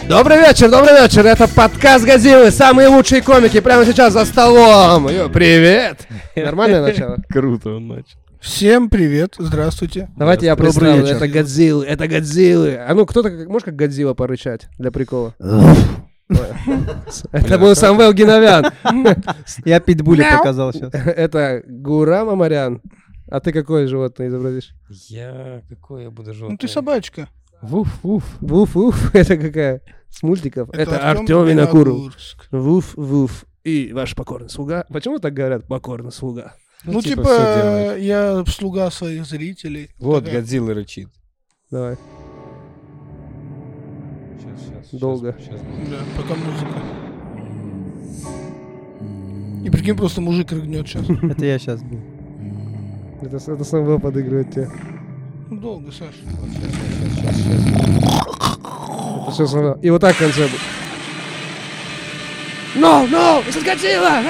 Добрый вечер, это подкаст Годзиллы, самые лучшие комики прямо сейчас за столом. Привет. Нормальное начало? Круто он начал. Всем привет, здравствуйте. Давайте я представлю, это Годзиллы. А ну, кто-то можешь как Годзилла порычать для прикола? Это был Самвел Геновян. Я питбуля показал сейчас. Это Гурам Амарян. А ты какое животное изобразишь? Какое я буду животное? Ну ты собачка. Вуф-вуф. Вуф-вуф. Это какая? С мультиков. Это Артем Винокуров. Вуф-вуф. И ваш покорный слуга. Почему так говорят? Покорный слуга. Ну типа я слуга своих зрителей. Вот Годзилла рычит. Давай. Сейчас. Долго. Да, пока музыка. И прикинь, просто мужик рыгнет сейчас. Это я сейчас был. Это Самвел подыгрывает тебе. Долго, Саша. Это все Самвел. И вот так в конце будет. No, это Годзилла!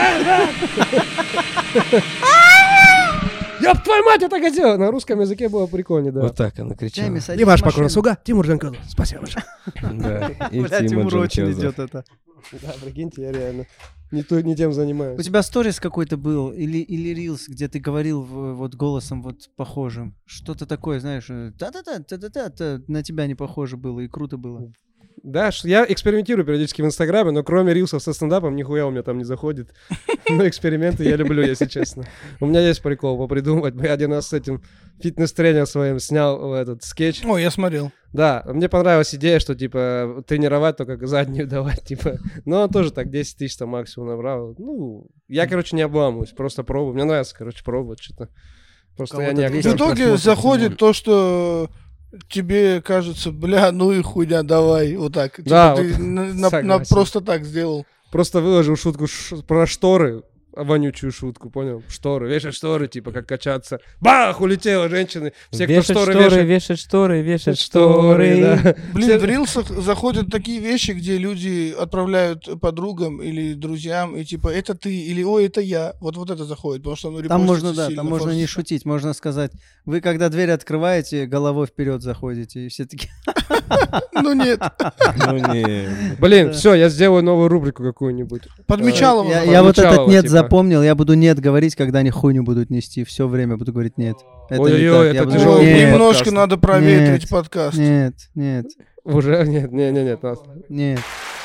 Ёб твою мать, это Годзилла! На русском языке было прикольнее, да. Вот так она кричала. И ваш покорный слуга Тимур Джанкозов. Спасибо большое. Да, и Бля, Тимур очень Джанкозов. идет это. Да, прикиньте, я реально не тем занимаюсь. У тебя сторис какой-то был или рилс, где ты говорил вот голосом вот похожим. Что-то такое, знаешь, та-та-та, на тебя не похоже было и круто было. Да, я экспериментирую периодически в Инстаграме, но кроме рилсов со стендапом нихуя у меня там не заходит. Но эксперименты я люблю, если честно. У меня есть прикол попридумывать. Я один раз с этим фитнес-тренером своим снял этот скетч. Ой, я смотрел. Да, мне понравилась идея, что, типа, тренировать только заднюю давать, типа. Но он тоже так 10 тысяч там максимум набрал. Ну, я, короче, не обламываюсь, просто пробую. Мне нравится, короче, пробовать что-то. Просто я не... В итоге заходит то, что... Тебе кажется, бля, ну и хуйня, давай, вот так. Да, типа, ты просто так сделал. Просто выложил шутку про шторы, вонючую шутку, понял? Шторы, вешать шторы, типа, как качаться. Бах, улетела женщины. Все, кто шторы вешают. Вешать шторы. Да. Блин, в рилсах заходят такие вещи, где люди отправляют подругам или друзьям, и типа, это ты, или ой, это я. Вот это заходит, потому что оно Там можно, репостится да, сильно, там можно не форсится. шутить, можно сказать, вы когда дверь открываете, головой вперед заходите, и все таки Ну нет. Ну не. Блин, все, я сделаю новую рубрику какую-нибудь. Подмечалово. Я вот Подмечалово, этот нет типа. запомнил, я буду нет говорить, когда они хуйню будут нести, все время буду говорить нет. Это не Ой-ой-ой, так, я это буду тяжелый говорить, нет, Немножко подкаст. надо проветрить Нет. подкаст. нет, Уже? Нет. нет.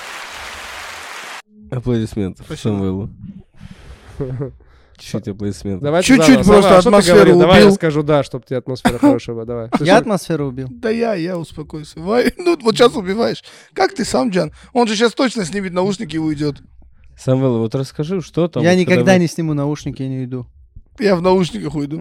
Аплодисменты Спасибо. Самвелу. Чуть-чуть аплодисментов. Давайте Чуть-чуть заново. просто Сава, что ты атмосферу говорил? Давай я убил. скажу да, чтобы тебе атмосфера хорошая была. Давай. Ты Я что? атмосферу убил. Да я успокойся. Ну вот сейчас убиваешь. Как ты сам, Джан? Он же сейчас точно снимет наушники и уйдет. Самвел, вот расскажи, что там. Я вот никогда когда вы- не сниму наушники, я не уйду. Я в наушниках уйду.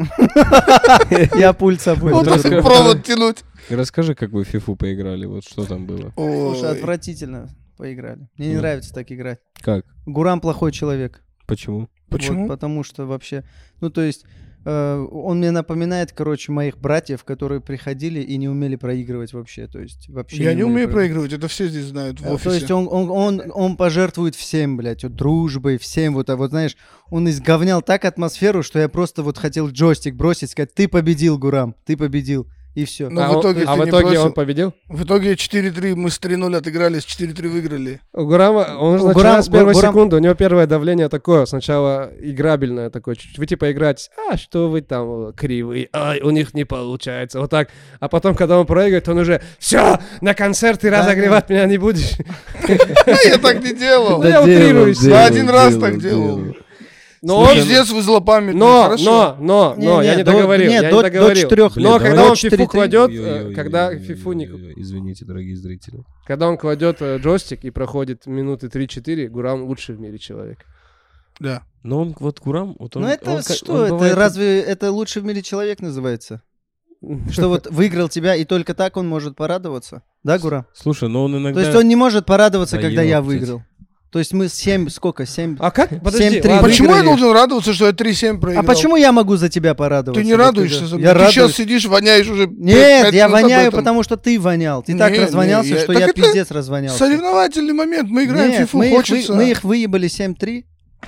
Я пульт с собой. Вот беру. так провод тянуть. Расскажи, как вы в фифу поиграли, вот что там было. Слушай, Ой. отвратительно поиграли. Мне не Ну. нравится так играть. Как? Гурам плохой человек. Почему? Почему? Вот, потому что вообще... Ну, то есть, он мне напоминает, короче, моих братьев, которые приходили и не умели проигрывать вообще. То есть, вообще Я не умею умели проигрывать, это все здесь знают в То есть, офисе. он пожертвует всем, блядь, вот дружбой, всем. Вот, а вот, знаешь, он изговнял так атмосферу, что я просто вот хотел джойстик бросить, сказать, ты победил, Гурам, ты победил. И все. Ну, в итоге ты в не итоге бросил. он победил? В итоге 4-3 мы с 3-0 отыграли, с 4-3 выиграли. У Гурама, он же У начинает с первой Гурам- секунды, у него первое давление такое, сначала играбельное такое, чуть-чуть. Вы типа играете, что вы там кривые, ай, у них не получается, вот так. А потом, когда он проигрывает, он уже, все, на концерт ты разогревать меня не будешь. Я так не делал. Да я утрируюсь. Я один раз так делал. Но он... Пиздец вы злопамятный, Но, хорошо? я не договорил, я не до договорил. 4 Но лет. когда До он фифу 4-3. кладет, когда фифу не... Извините, дорогие зрители. Когда он кладет джойстик и проходит минуты 3-4, Гурам лучший в мире человек. Да. Но он, вот Гурам, вот он... Ну это он что, он это бывает- разве это лучший в мире человек называется? Что вот выиграл тебя, и только так он может порадоваться? Да, Гурам? Слушай, но он иногда... То есть он не может порадоваться, Да когда я ёптать. выиграл. То есть мы 7, сколько? 7... А как? Подожди, 7-3 ладно. Почему я выиграли. должен радоваться, что я 3-7 проиграл? А почему я могу за тебя порадоваться? Ты не радуешься за Я меня? Ты сейчас радуюсь. сидишь, воняешь уже Нет, 5 я минут об воняю, этом. потому что ты вонял. Ты Не, так не, развонялся, я- что так я это пиздец развонялся. Соревновательный момент. Мы играем в Нет, фифу, мы хочется. их выебали 7-3.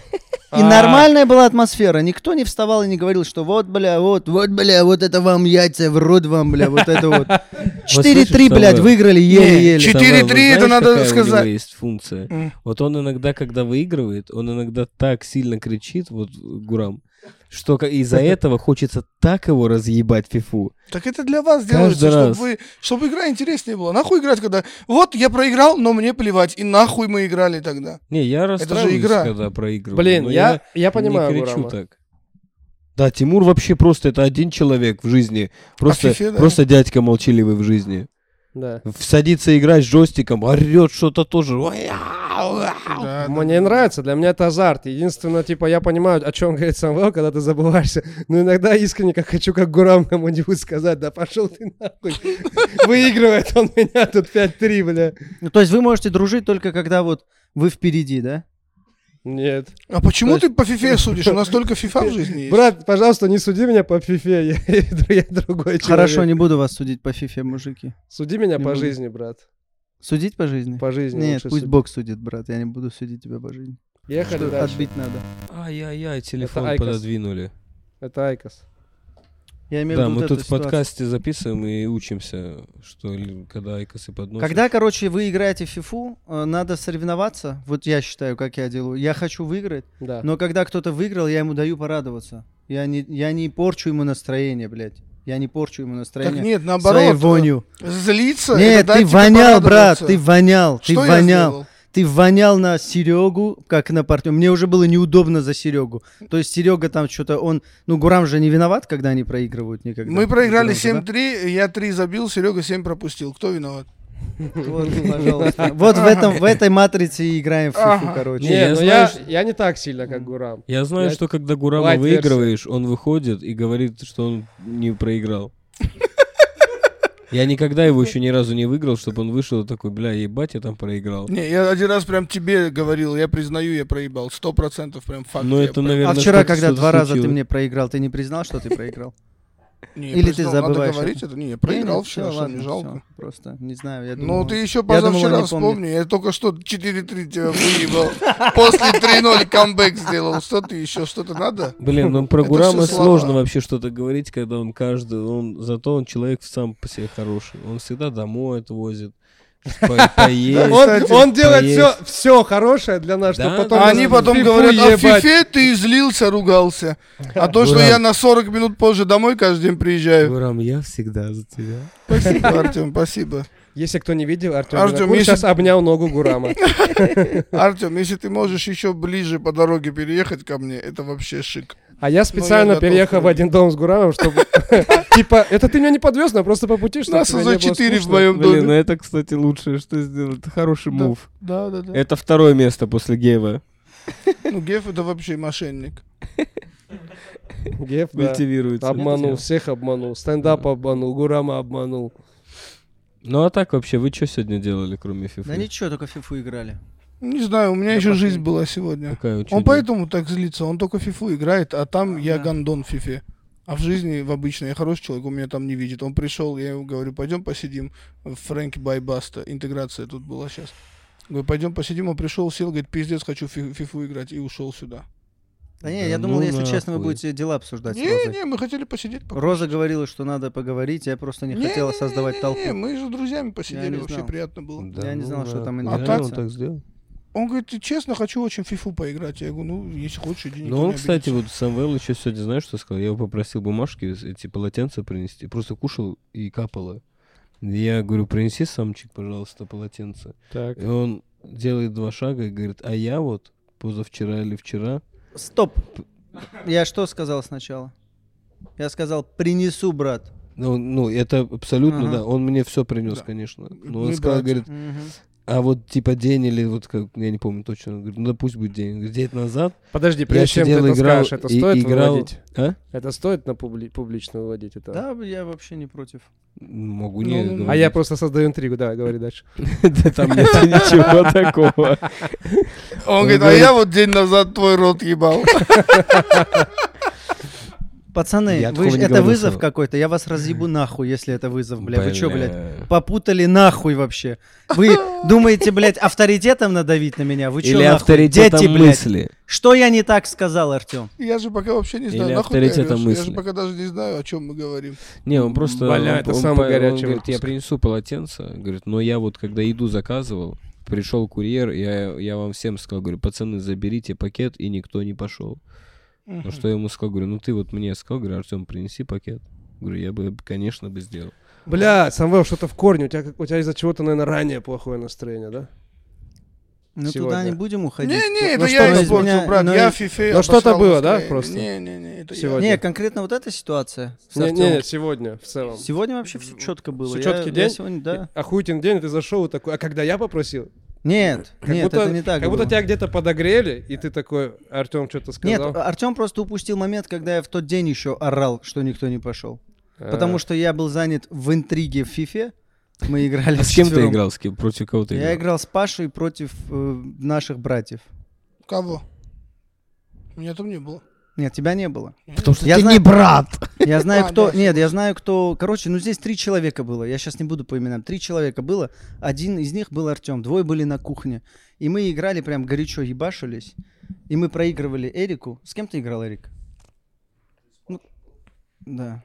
И нормальная была атмосфера. Никто не вставал и не говорил, что вот, бля, вот это вам яйца, в рот вам, бля, вот это вот. 4-3, блядь, выиграли еле-еле. 4-3, это надо какая сказать. У него есть функция. Вот он иногда, когда выигрывает, он иногда так сильно кричит, вот Гурам, что из-за этого хочется так его разъебать фифу. Так это для вас делается, чтобы игра интереснее была. Нахуй играть, когда вот я проиграл, но мне плевать, и нахуй мы играли тогда. Не, я расстраиваюсь, игра. когда проигрываю. Блин, но я понимаю не кричу Гурама. так. Да, Тимур вообще просто это один человек в жизни. Просто, фифе, да. просто дядька молчаливый в жизни. Да. Садится играть с джойстиком, орет что-то тоже. Да, Мне нравится, для меня это азарт. Единственное, типа, я понимаю, о чем говорит Самвел, когда ты забываешься. Но иногда искренне хочу, как Гурам, кому-нибудь сказать, да пошел ты нахуй. Выигрывает он меня тут 5-3, бля. Ну, то есть вы можете дружить только когда вот вы впереди, да? Нет. А почему ты по фифе судишь? У нас только фифа в жизни есть. Брат, пожалуйста, не суди меня по фифе, я другой человек. Хорошо, не буду вас судить по фифе, мужики. Суди меня Не по буду. жизни, брат. Судить по жизни? По жизни. Нет, лучше пусть судить. Бог судит, брат. Я не буду судить тебя по жизни. Ехали Что дальше. отбить надо. Ай-яй-яй, телефон Айкос. пододвинули. Это Айкос. Я имею в Да, виду мы вот тут эту в ситуацию. подкасте записываем и учимся, что когда айкосы подносят. Когда, короче, вы играете в фифу, надо соревноваться. Вот я считаю, как я делаю. Я хочу выиграть, Да. но когда кто-то выиграл, я ему даю порадоваться. Я не порчу ему настроение, блядь. Я не порчу ему Так настроение нет, своей наоборот. вонью. Злиться. Нет, это дать ты тебе вонял, брат, порадоваться. ты вонял, ты Что я вонял. сделал? Ты вонял на Серегу, как на партнера. Мне уже было неудобно за Серегу. То есть Серега там что-то, Гурам же не виноват, когда они проигрывают никогда. Мы проиграли Гурам же, 7-3, я 3 забил, Серега 7 пропустил. Кто виноват? да? Вот, пожалуйста. Вот в этой матрице и играем в фифу, Ага. короче. Не, Не, я ну знаю, я не так сильно, как Гурам. Я знаю, Я- что когда Гурама Лайт-версия. выигрываешь, он выходит и говорит, что он не проиграл. Я никогда его еще ни разу не выиграл, чтобы он вышел и такой, бля, ебать, я там проиграл. Не, я один раз прям тебе говорил, я признаю, я проебал. 100% прям факт. Но я это, проебал. наверное, А вчера, что-то когда 2 раза ты случилось. мне проиграл, ты не признал, что ты проиграл? Не, Или ты признал, забываешь Надо говорить это? это? Не, я проиграл Не, вчера, всё, что ладно, не жалко. всё, просто не знаю, я Ну, думал... ты еще Я думал, позавчера он не помнит. вспомни. Я только что 4-3 тебя выебал. После 3-0 камбэк сделал. Что ты еще? Что-то надо? Блин, ну про Это Гурама всё слова. сложно вообще что-то говорить, когда зато он человек сам по себе хороший. Он всегда домой отвозит, поесть. Он делает поесть. все хорошее для нас, Да, чтобы да. потом... А нас они в потом фифу говорят, а в ебать. фифе ты злился, ругался. А то, что Гурам. я на 40 минут позже домой каждый день приезжаю. Гурам, я всегда за тебя. Спасибо, Артем, спасибо. Если кто не видел, Артем Артём, если- сейчас обнял ногу Гурама. Артем, если ты можешь еще ближе по дороге переехать ко мне, это вообще шик. А я специально готов переехал в сказать. один дом с Гурамом, чтобы... Типа, это ты меня не подвез, но просто по пути, чтобы Нас тебе уже не было 4 в скучно. моем Блин, ну доме. это, кстати, лучшее, что сделал. Это хороший Да. мув. Да. Это второе место после Гева. Ну, Геф это вообще мошенник. Геф, да. Культивируется. Обманул, всех обманул. Стендап обманул, Гурама обманул. Ну а так вообще, вы что сегодня делали, кроме фифы? Да ничего, только в фифу играли. Не знаю, у меня Я еще последний. жизнь была сегодня. Какая Он учебная? поэтому так злится, он только в фифу играет, а там я Да. гандон в фифе. А в жизни, в обычной, я хороший человек, он меня там не видит. Он пришел, я ему говорю, пойдем посидим в Фрэнки бай Баста. Интеграция тут была сейчас. Говорю, пойдем посидим. Он пришел, сел, говорит, пиздец, хочу в фифу играть. И ушел сюда. Да не, Да я думал, ну если честно, вы нахуй. будете дела обсуждать с Розой. Не, мы хотели посидеть. пока. Роза говорила, что надо поговорить, я просто не хотела создавать толпу. Не, мы же с друзьями посидели, не вообще знал. приятно было. Я не знал, что там реально интеграция. он так сделал. Он говорит, честно, хочу очень в фифу поиграть. Я говорю, ну, если хочешь, иди, никто Ну он, не кстати, обидится. вот Самвел еще сегодня, знаешь, что сказал? Я его попросил бумажки, эти полотенца принести. Просто кушал и капало. Я говорю, принеси, самчик, пожалуйста, полотенце. Так. И он делает 2 шага и говорит, а я вот позавчера или вчера... Стоп. Я что сказал сначала? Я сказал, принесу, брат. Ну, это абсолютно, Ага. да. Он мне все принес, Да. конечно. Мы Но он сказал, братья. говорит, а вот типа день или вот как, я не помню точно. Он говорит, ну да пусть будет день. Говорит, 10 назад Подожди, я прежде чем ты сидел, это играл скажешь, это и стоит играл... выводить? А? Это стоит на публично выводить? Это? Да, я вообще не против. Могу Ну, не ну, ну. А говорить. я просто создаю интригу, да, говори дальше. Да там нет ничего такого. Он говорит, а я вот день назад твой рот ебал. Пацаны, Я такого не это говорил, вызов что- какой-то? Я вас разъебу нахуй, если это вызов, бля. Вы чё, блядь, Бля. попутали нахуй вообще? Вы думаете, блядь, авторитетом надавить на меня? Вы чё, Или нахуй? авторитетом Дети, блядь. мысли. Что я не так сказал, Артём? Я же пока вообще не знаю, Или нахуй ты авторитетом орёшь? Я мысли. же пока даже не знаю, о чем мы говорим. Не, он просто... Бля, это самый он горячий говорит, я выпуск. принесу полотенце. Говорит, но я вот когда еду заказывал, пришел курьер, я вам всем сказал, говорю, пацаны, заберите пакет, и никто не пошел. Ну что я ему сказал, говорю, ну ты вот мне сказал, говорю, Артем, принеси пакет. Говорю, я бы, конечно, бы сделал. Бля, Самвел, что-то в корне. У тебя из-за чего-то, наверное, ранее плохое настроение, да? Ну Сегодня. туда не будем уходить. Не-не, Ну это что, я ну, испортил, меня- брат, ну, я и- в фифе Ну, что-то обосрал было, да, настроение. просто? Не-не-не, это Сегодня. Не, конкретно вот эта ситуация с Не, Артёмом. не, сегодня в целом. Сегодня вообще все четко было. Всё Я- чёткий я день? сегодня, да. Охуительный день, ты зашел и такой, а когда я попросил? Нет, Как нет, будто, это не так Как будто было. тебя где-то подогрели, и ты такой, Артем что-то Нет, сказал. Артём просто упустил момент, когда я в тот день еще орал, что никто не пошел. А. Потому что я был занят в интриге в фифе. Мы играли А с кем ты вчетвером. играл? С кем? Против кого ты играл? Я играл с Пашей против наших братьев. Кого? Меня там не было. Нет, тебя не было. Потому что Я ты знаю- не брат. Я знаю, А, кто... да, Нет, я знаю, кто... Короче, ну здесь 3 человека было. Я сейчас не буду по именам. 3 человека было. Один из них был Артем. 2 были на кухне. И мы играли прям горячо, ебашились. И мы проигрывали Эрику. С кем ты играл, Эрик? Ну, да.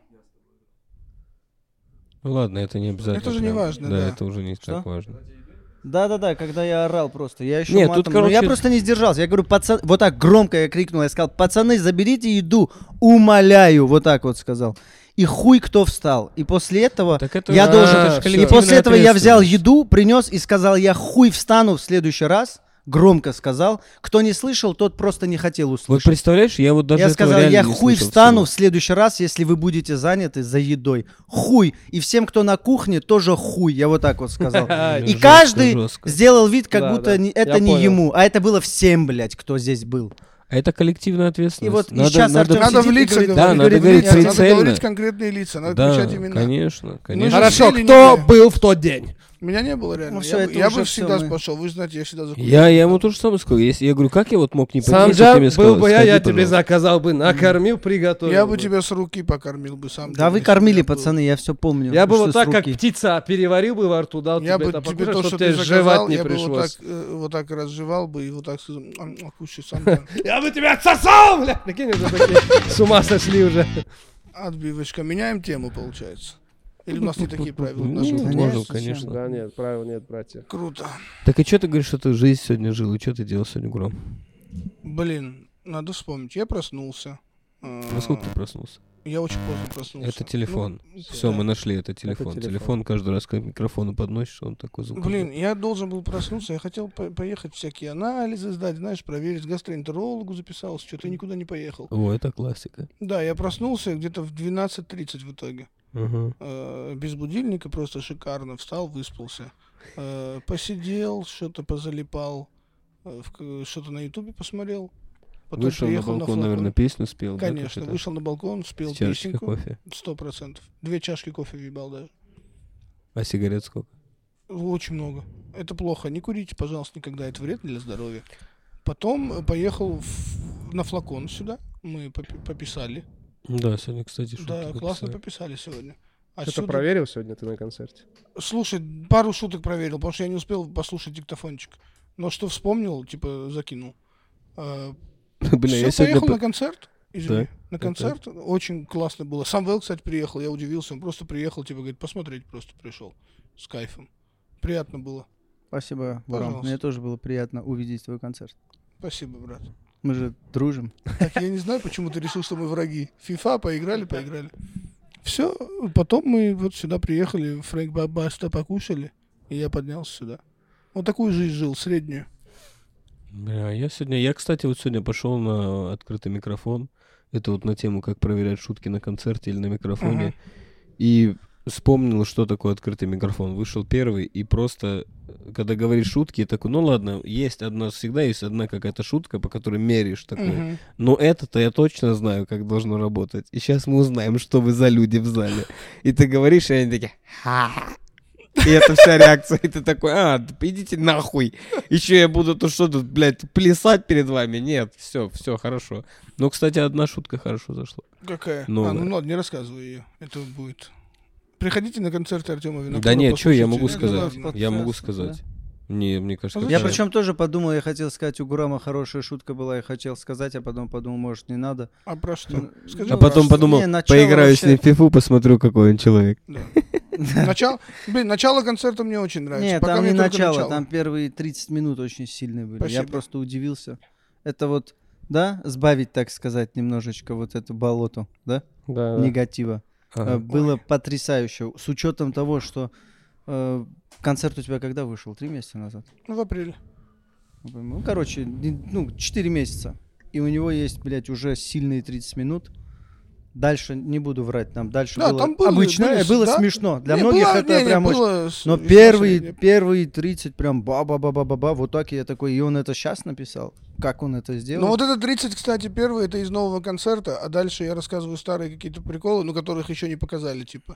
Ну ладно, это не обязательно. Это же не прям. важно, да. это уже не Что? так важно. Да-да-да, когда я орал просто. Я еще Нет, матом... тут, Ну, я короче- просто не сдержался. Я говорю, пацан... Вот так громко я крикнул. Я сказал, пацаны, заберите еду. Умоляю. Вот так вот сказал. И хуй кто встал. И после этого... Так это, Я должен... это ж И коллективная после этого я взял ответственность. еду, принес и сказал, я хуй встану в следующий раз. Громко сказал. Кто не слышал, тот просто не хотел Вот услышать. представляешь, я вот даже Я этого сказал, реально я не хуй слышал встану всего. в следующий раз, если вы будете заняты за едой. Хуй. И всем, кто на кухне, тоже хуй. Я вот так вот сказал. И Жестко, каждый жестко. сделал вид, как Да, будто да. это Я не понял. ему. А это было всем, блядь, кто здесь был. А это коллективная ответственность. И вот и надо, сейчас надо- Артём Надо в сидит и лица говорит, говорить. Да, надо говорить Нет, надо прицельно. говорить конкретные лица, надо Да, включать имена. конечно, Мы конечно. же Хорошо, сели, кто не- был в тот день? Меня не было реально. Ну всё, я это я уже бы всё, всегда мы- пошел. Вы знаете, я всегда закурил. Я ему тоже самое сказал. Если, я говорю, как я вот мог не пойти, если Санджар, ты мне сказал, был бы я сходи, тебе пожалуйста. заказал бы, накормил, приготовил. Я бы тебя с руки покормил бы сам. Да ты вы если кормили, бы я был. пацаны, я все помню. Я бы Что вот с так, как руки. птица, переварил бы во рту, дал Я тебе бы это тебе покушать, то, чтобы что тебе ты жевать заказал, не я бы пришлось. вот так разжевал бы и вот так сказал, кушай сам. да». Я бы тебя отсосал, бля! Прикинь, уже такие с ума сошли уже. Отбивочка. Меняем тему, получается. Или у нас не такие правила в Ну, нашем Да клубе? можно, нет, конечно. Да нет, правил нет, братья. Круто. Так и что ты говоришь, что ты жизнь сегодня жил? И что ты делал сегодня, Гурам? Блин, надо вспомнить. Я проснулся. Во сколько ты проснулся? Я очень поздно проснулся. Это телефон. Ну, Все, да. мы нашли, это телефон. телефон. Телефон каждый раз к микрофону подносишь, он такой звук. Блин, я должен был проснуться, я хотел поехать всякие анализы сдать, знаешь, проверить, гастроэнтерологу записался, что-то никуда не поехал. О, это классика. Да, я проснулся где-то в 12:30 в итоге. Ага. Без будильника, просто шикарно. Встал, выспался. Посидел, что-то позалипал, что-то на ютубе посмотрел. Потом Вышел на приехал балкон, флакон. наверное, песню спел. да, Конечно, как это? вышел на балкон, спел С чашечкой песенку. кофе. 100%. 2 чашки кофе въебал даже. А сигарет сколько? Очень много. Это плохо. Не курите, пожалуйста, никогда. Это вредно для здоровья. Потом поехал на флакон сюда. Мы пописали. Да, сегодня, кстати, шутки Да, классно написали. пописали сегодня. Что-то Отсюда- проверил сегодня ты на концерте? Слушай, пару шуток проверил, потому что я не успел послушать диктофончик. Но что вспомнил, типа, закинул. Блин, Всё, я сегодня... поехал на концерт. Извини. Да, На концерт. Очень классно было. Самвел, кстати, приехал. Я удивился. Он просто приехал, типа, говорит, посмотреть просто пришел. С кайфом. Приятно было. Спасибо, Бурам. Пожалуйста. Мне тоже было приятно увидеть твой концерт. Спасибо, брат. Мы же дружим. Так, я не знаю, почему ты решил, что мы враги. FIFA поиграли. Все, потом мы вот сюда приехали, Фрэнк Баста покушали, и я поднялся сюда. Вот такую жизнь жил, среднюю. Бля, я, кстати, вот сегодня пошел на открытый микрофон. Это вот на тему, как проверять шутки на концерте или на микрофоне. Ага. И вспомнил, что такое открытый микрофон. Вышел первый, и просто, когда говоришь шутки, я такой, ну ладно, всегда есть одна какая-то шутка, по которой меряешь такой. Мгм. Но это-то я точно знаю, как должно работать. И сейчас мы узнаем, что вы за люди в зале. И ты говоришь, и они такие, И это вся реакция. И ты такой, идите нахуй. Еще я буду тут что тут, блядь, плясать перед вами. Нет, все, хорошо. Ну, кстати, одна шутка хорошо зашла. Какая? Новая. Ну ладно, не рассказывай ее. Это будет... Приходите на концерты Артема Винокура. Да нет, что я могу послушайте. сказать? Я могу сказать. Не, мне кажется, Ну, Я это- причем тоже подумал, я хотел сказать, у Гурама хорошая шутка была, я хотел сказать, а потом подумал, может, не надо. А про что? Скажи, А потом про что? подумал, Не, начало поиграю с вообще- ним в фифу, посмотрю, какой он человек. Да. Начало концерта мне очень нравится. Нет, Пока там мне не только начало, там первые 30 минут очень сильные были. Я Спасибо. просто удивился. Это вот, да, сбавить, так сказать, немножечко вот эту болоту, да, Да, да. негатива. Ага. Было потрясающе. С учетом того, что концерт у тебя когда вышел? 3 месяца назад? Ну, в апреле. Ну, короче, 4 месяца. И у него есть, блядь, уже сильные 30 минут. Дальше не буду врать, там дальше Да, было там были- обычно, были, было да. смешно. Для Не, многих было- это не, прям очень... было Но весьма первые, среднее. первые 30 прям ба-ба-ба-ба-ба-ба, вот так я такой, и он это сейчас написал? Как он это сделал? Ну вот это 30, кстати, первый, это из нового концерта, а дальше я рассказываю старые какие-то приколы, ну, которых еще не показали, типа.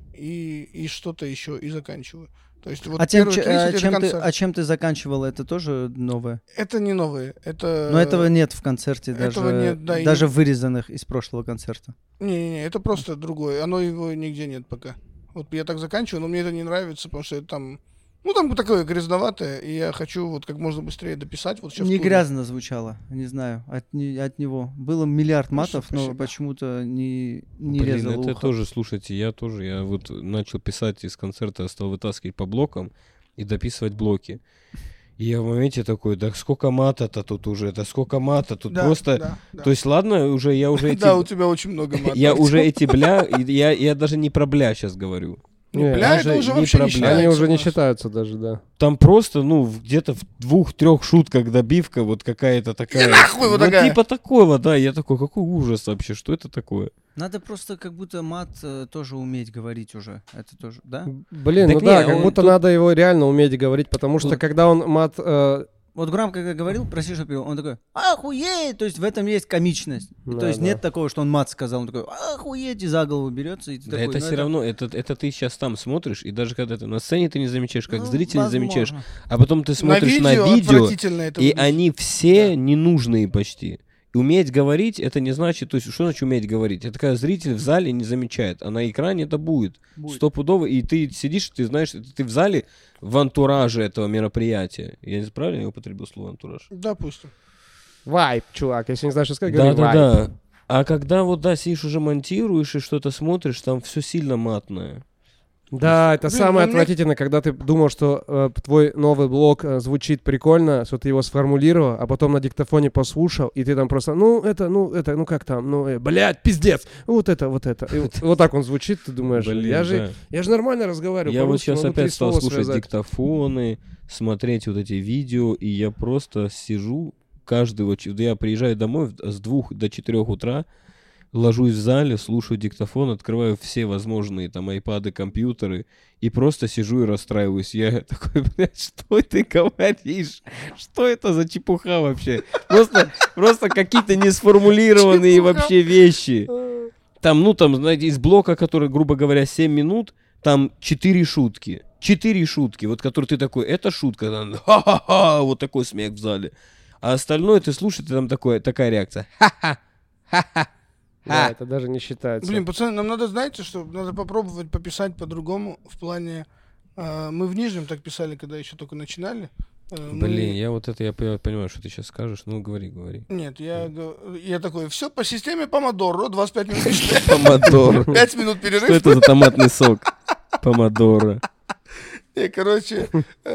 И что-то еще, и заканчиваю. То есть вот а тем, первые 30 это концерт. чем ты заканчивал, это тоже новое? Это не новые, это... Но этого нет в концерте, этого даже, нет, да, и даже не- вырезанных из прошлого концерта. Не-не-не, это просто другое, оно его нигде нет пока. Вот я так заканчиваю, но мне это не нравится, потому что это там... Ну, там такое грязноватое, и я хочу вот как можно быстрее дописать. Вот сейчас Не в клубе. грязно звучало, не знаю, от него. Было миллиард матов, но спасибо. почему-то не Блин, резало это ухо. тоже, слушайте, я вот начал писать из концерта, стал вытаскивать по блокам и дописывать блоки. И я в моменте такой, да сколько мата-то тут уже, да сколько мата, тут Да, просто... да, да. То есть, ладно, я уже эти... Да, у тебя очень много матов. Я уже эти бля, я даже не про бля сейчас говорю. Не, Бля, это даже уже не вообще не проблема. считается. Они уже у не нас. считаются даже, да. Там просто, ну, где-то в 2-3 шутках добивка вот какая-то такая. нахуй вот такая. Типа такого, да. Я такой, какой ужас вообще, что это такое? Надо просто как будто мат тоже уметь говорить уже. Это тоже, да? Блин, Так ну да, не, как он будто тут- надо его реально уметь говорить, потому что Тут- когда он мат... Вот Гурам, когда говорил, прости, что перевел, он такой, охуеть! То есть в этом есть комичность. Да, То есть да. нет такого, что он мат сказал, он такой, охуеть, и за голову берется, и ты Да такой, это ну, все равно, это ты сейчас там смотришь, и даже когда ты на сцене ты не замечаешь, как ну, зритель не замечаешь, возможно. а потом ты смотришь на видео, отвратительно это и выглядит. они все ненужные почти. И уметь говорить, это не значит, то есть что значит уметь говорить? Это когда зритель в зале не замечает, а на экране это будет. Стопудово, и ты сидишь, ты знаешь, ты в зале в антураже этого мероприятия. Я не правильно употребил слово антураж? Допустим. Вайп, чувак, если не знаешь, что сказать, говори вайп. Да. А когда вот, да, сидишь уже монтируешь и что-то смотришь, там все сильно матное. Да, это Блин, самое ну мне- отвратительное, когда ты думал, что твой новый блог звучит прикольно, что ты его сформулировал, а потом на диктофоне послушал, и ты там просто, ну как там, блядь, пиздец, вот это. И вот так он звучит, ты думаешь, Блин, я же нормально разговариваю. Я вот по-русски, сейчас могу три опять стал слова слушать связать. диктофоны, смотреть вот эти видео, и я просто сижу каждый... Вот, я приезжаю домой с 2 до 4 утра, ложусь в зале, слушаю диктофон, открываю все возможные там айпады, компьютеры, и просто сижу и расстраиваюсь. Я такой, блядь, что ты говоришь? Что это за чепуха вообще? Просто какие-то несформулированные Чепуха. вообще вещи. Там, знаете, из блока, который, грубо говоря, 7 минут, там 4 шутки. 4 шутки, вот которые ты такой, это шутка, там, ха-ха-ха, вот такой смех в зале. А остальное ты слушаешь, и там такая реакция. Ха-ха, ха-ха. Да, это даже не считается. Блин, пацаны, нам надо, знаете, что надо попробовать пописать по-другому в плане... мы в Нижнем так писали, когда еще только начинали. Блин, я понимаю, что ты сейчас скажешь, ну говори. Нет, я такой, все по системе помодоро, 25 минут. Помодоро. 5 минут перерыв. Что это за томатный сок? Помодоро. И, короче,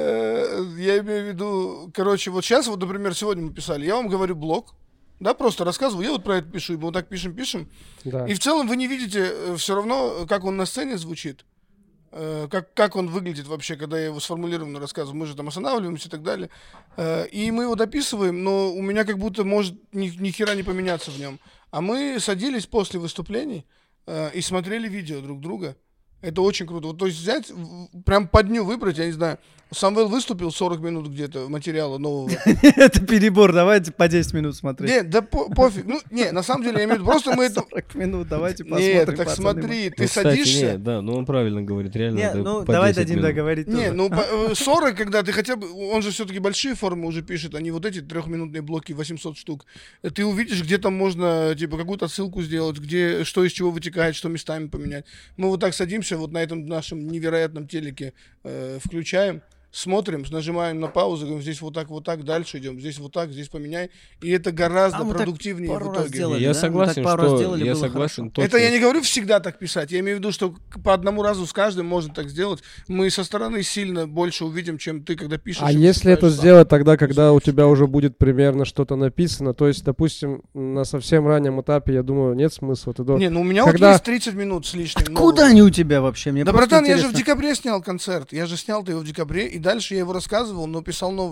я имею в виду, короче, вот сейчас, вот, например, сегодня мы писали, я вам говорю блог, да, просто рассказываю, я вот про это пишу, и мы вот так пишем. Да. И в целом вы не видите все равно, как он на сцене звучит, как он выглядит вообще, когда я его сформулированно рассказываю. Мы же там останавливаемся и так далее. И мы его дописываем, но у меня как будто может ни хера не поменяться в нем. А мы садились после выступлений и смотрели видео друг друга. Это очень круто. Вот, то есть взять, прям по дню выбрать, я не знаю, Самвел выступил 40 минут где-то материала нового. Это перебор, давайте по 10 минут смотреть. Нет, да пофиг. Ну, не, на самом деле, я имею в виду, просто мы это... 40 минут, давайте посмотрим. Нет, так пацаны. смотри, ты Ну, кстати, садишься... нет, да, ну он правильно говорит, реально. Не, надо ну по давай 10 дадим минут. договорить Не, тоже. ну 40, когда ты хотя бы... Он же все-таки большие формы уже пишет, а не вот эти 3-минутные блоки, 800 штук. Ты увидишь, где там можно, типа, какую-то отсылку сделать, где, что из чего вытекает, что местами поменять. Мы вот так садимся, вот на этом нашем невероятном телеке включаем, смотрим, нажимаем на паузу, говорим, здесь вот так, дальше идем, здесь вот так, здесь поменяй. И это гораздо мы так продуктивнее пару в раз итоге. делали. Я да? согласен, Мы так пару раз что делали, я было согласен. хорошо. Точно. Это я не говорю всегда так писать, я имею в виду, что по одному разу с каждым можно так сделать. Мы со стороны сильно больше увидим, чем ты, когда пишешь. А и если это выступаешь сам. сделать тогда, когда у тебя уже будет примерно что-то написано, то есть, допустим, на совсем раннем этапе, я думаю, нет смысла. Ты Не, ну у меня Когда- вот есть 30 минут с лишним. Откуда нового. они у тебя вообще? Мне Да, просто братан, я же в интересно. декабре снял концерт. Я же снял-то его в декабре, и дальше я его рассказывал, но писал новые.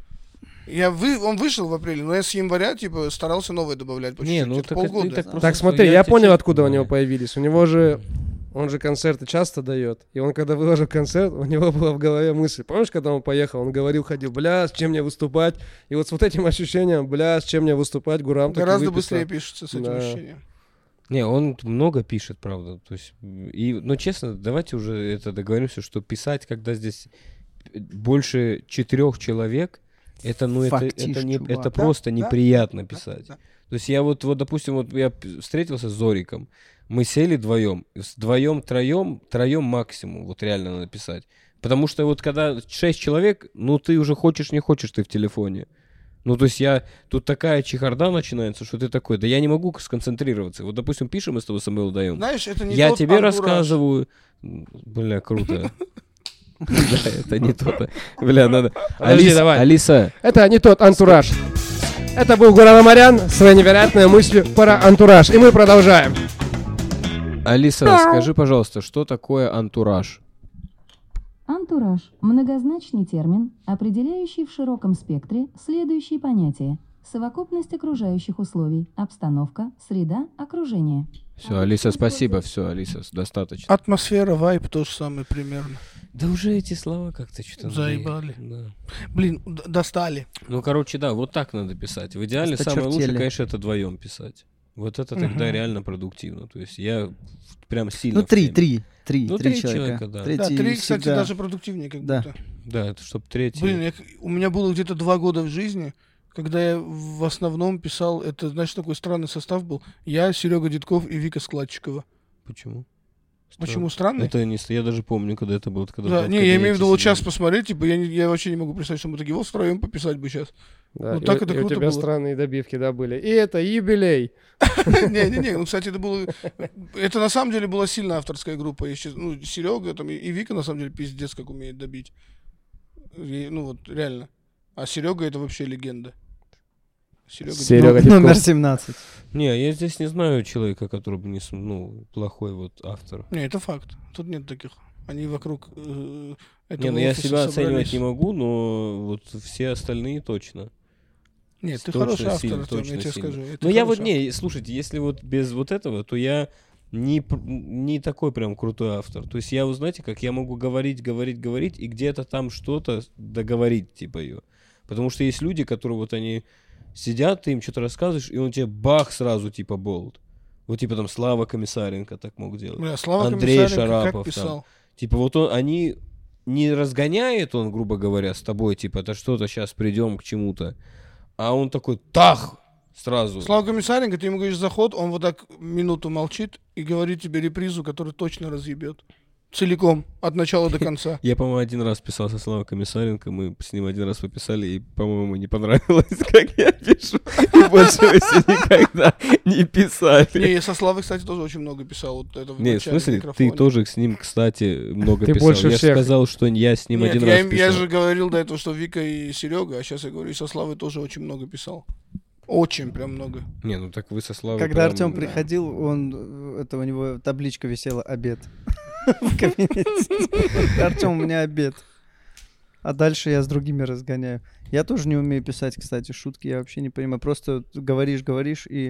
Он вышел в апреле, но я с января, типа, старался новые добавлять. по Не, чуть-чуть. ну Это так это полгода. ты так просто Так, что смотри, я понял, тебе- откуда у него Да. появились. У него же... Он же концерты часто дает. И он, когда выложил концерт, у него была в голове мысль. Помнишь, когда он поехал, он ходил, бля, с чем мне выступать? И вот с вот этим ощущением, бля, с чем мне выступать, Гурам таки Гораздо выписал. быстрее пишется с этим Да. ощущением. Не, он много пишет, правда. То есть, но честно, давайте уже это договоримся, что писать, когда здесь больше 4 человек, это, ну, Фактиш, это чувак. это просто Да, неприятно писать. Да. То есть я вот, допустим, вот я встретился с Зориком, мы сели вдвоем, троем максимум, вот реально надо писать. Потому что вот когда 6 человек, ну ты уже хочешь, не хочешь, ты в телефоне. Ну, то есть тут такая чехарда начинается, что ты такой, да я не могу сконцентрироваться. Вот, допустим, пишем мы с тобой Самуэлу даем. Знаешь, это не Я тот тебе антураж. рассказываю. Бля, круто. Да, это не то-то. Бля, надо. Подожди, давай. Алиса, Это не тот антураж. Это был Гурам Амарян с своей невероятной мыслью про антураж. И мы продолжаем. Алиса, скажи, пожалуйста, что такое антураж? Антураж – многозначный термин, определяющий в широком спектре следующие понятия: совокупность окружающих условий, обстановка, среда, окружение. Все, Алиса, спасибо, все, Алиса, достаточно. Атмосфера, вайб то же самое примерно. Да уже эти слова как-то что-то... Заебали. Да. Блин, достали. Ну, короче, да, вот так надо писать. В идеале самое лучшее, Осточертели. конечно, это вдвоем писать. Вот это тогда Мгм. реально продуктивно. То есть я прям сильно... Ну, в теме. три Ну, три 3 человека. человека, да. Да, Третий 3, кстати, всегда- даже продуктивнее как Да. будто. Да, это чтобы третий... Блин, у меня было где-то 2 года в жизни, когда я в основном писал, это, знаешь, такой странный состав был. Я, Серега Дедков и Вика Складчикова. Почему? Почему странный? Это не... Я даже помню, когда это было. Когда Да, мы в не, я имею в виду вот кабинете сейчас сидели. посмотреть, типа, я вообще не могу представить, что мы такие, вот втроем пописать бы сейчас. Да, Ну, и так у- это и у круто тебя было. странные добивки, да, были. И это юбилей. Не-не-не, ну, кстати, это было... Это на самом деле была сильная авторская группа. Ну, Серега там и Вика, на самом деле, пиздец, как умеет добить. Ну, вот, реально. А Серега это вообще легенда. Серега Номер Дедков. 17. Не, я здесь не знаю человека, который бы не... плохой вот автор. Не, это факт. Тут нет таких. Они вокруг этого Не, ну я офиса себя оценивать собрались. не могу, но вот все остальные точно. Нет, ты Точно хороший автор, сильно, Артём, я точно тебе сильно. скажу. Ну я вот, не, слушайте, если вот без вот этого, то я не такой прям крутой автор. То есть я, вы знаете, как я могу говорить, и где-то там что-то договорить, типа ее. Потому что есть люди, которые вот они сидят, ты им что-то рассказываешь, и он тебе бах сразу типа болт. Вот типа там Слава Комиссаренко так мог делать. Бля, Слава Андрей Комиссаренко Шарапов как там. писал? Типа вот они не разгоняет он, грубо говоря, с тобой, типа, это что-то сейчас придем к чему-то, а он такой, тах, сразу. Слава Комиссаренко, ты ему говоришь заход, он вот так минуту молчит и говорит тебе репризу, которую точно разъебет. Целиком, от начала до конца. Я, по-моему, один раз писал со Славой Комиссаренко, мы с ним один раз пописали, и, по-моему, не понравилось, как я пишу. И больше мы с ним никогда не писали. Не, я со Славой, кстати, тоже очень много писал. Вот это Не, в начале смысле, микрофоне. ты тоже с ним, кстати, много Ты писал. больше Я всех. сказал, что я с ним Нет, один я, раз им- писал. я же говорил до этого, что Вика и Серега, а сейчас я говорю, и со Славой тоже очень много писал. Очень прям много. Не, ну так вы со Славой Когда прям- Артем приходил, у него табличка висела «Обед» в кабинете. Артем, у меня обед. А дальше я с другими разгоняю. Я тоже не умею писать, кстати, шутки. Я вообще не понимаю. Просто говоришь, и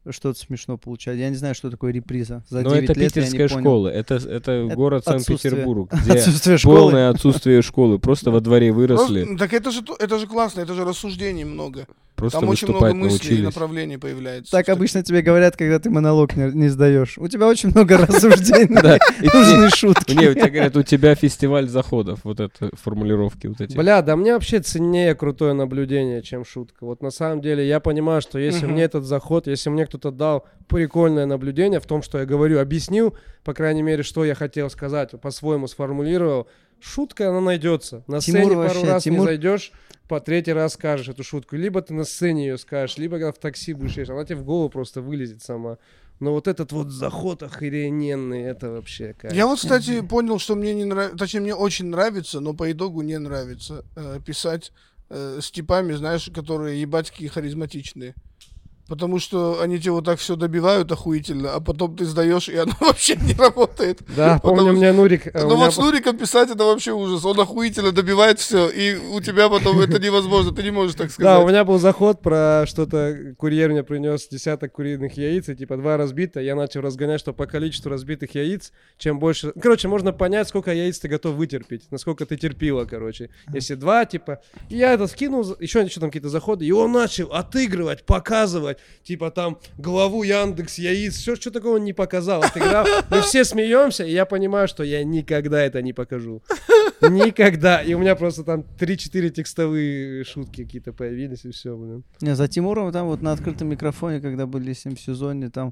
что-то смешно получать. Я не знаю, что такое реприза. За Но 9 это лет я не питерская понял. школа. Это город отсутствие. Санкт-Петербург, где Отсутствие школы. полное отсутствие школы. Просто во дворе выросли. Так это же классно, это же рассуждений много. Просто Там очень много выступать мыслей и научились. направлений появляется. Так обычно тебе говорят, когда ты монолог не сдаешь. У тебя очень много рассуждений. Да, и Нужны шутки. Не, у тебя говорят, у тебя фестиваль заходов. Вот это формулировки вот эти. Бля, да мне вообще ценнее крутое наблюдение, чем шутка. Вот на самом деле я понимаю, что если мне этот заход, если мне кто-то дал прикольное наблюдение в том, что я говорю, объяснил, по крайней мере, что я хотел сказать, по-своему сформулировал, шутка, она найдется. На Тимур сцене вообще, пару раз Тимур- не зайдешь, по третий раз скажешь эту шутку. Либо ты на сцене ее скажешь, либо когда в такси будешь ехать, она тебе в голову просто вылезет сама. Но вот этот вот заход охрененный, это вообще кайф. Я вот, кстати, понял, что мне не нравится, точнее, мне очень нравится, но по итогу не нравится писать с типами, знаешь, которые ебатьки харизматичные. Потому что они тебе вот так все добивают охуительно, а потом ты сдаешь, и оно вообще не работает. Да, помню, Потому у меня Нурик... Ну вот с Нуриком писать это вообще ужас. Он охуительно добивает все, и у тебя потом это невозможно, ты не можешь так Да, сказать. у меня был заход про что-то, курьер мне принес десяток куриных яиц, и типа 2 разбито, я начал разгонять, что по количеству разбитых яиц, чем больше... Короче, можно понять, сколько яиц ты готов вытерпеть, насколько ты терпила, короче. Если 2, типа... И я это скинул, еще там какие-то заходы, и он начал отыгрывать, показывать, типа там главу Яндекс яиц, все, что такого он не показал, отыграл. Мы все смеемся, и я понимаю, что я никогда это не покажу. Никогда. И у меня просто там 3-4 текстовые шутки какие-то появились, и все, блин. Не, за Тимуром там вот на открытом микрофоне, когда были с ним в сезоне, там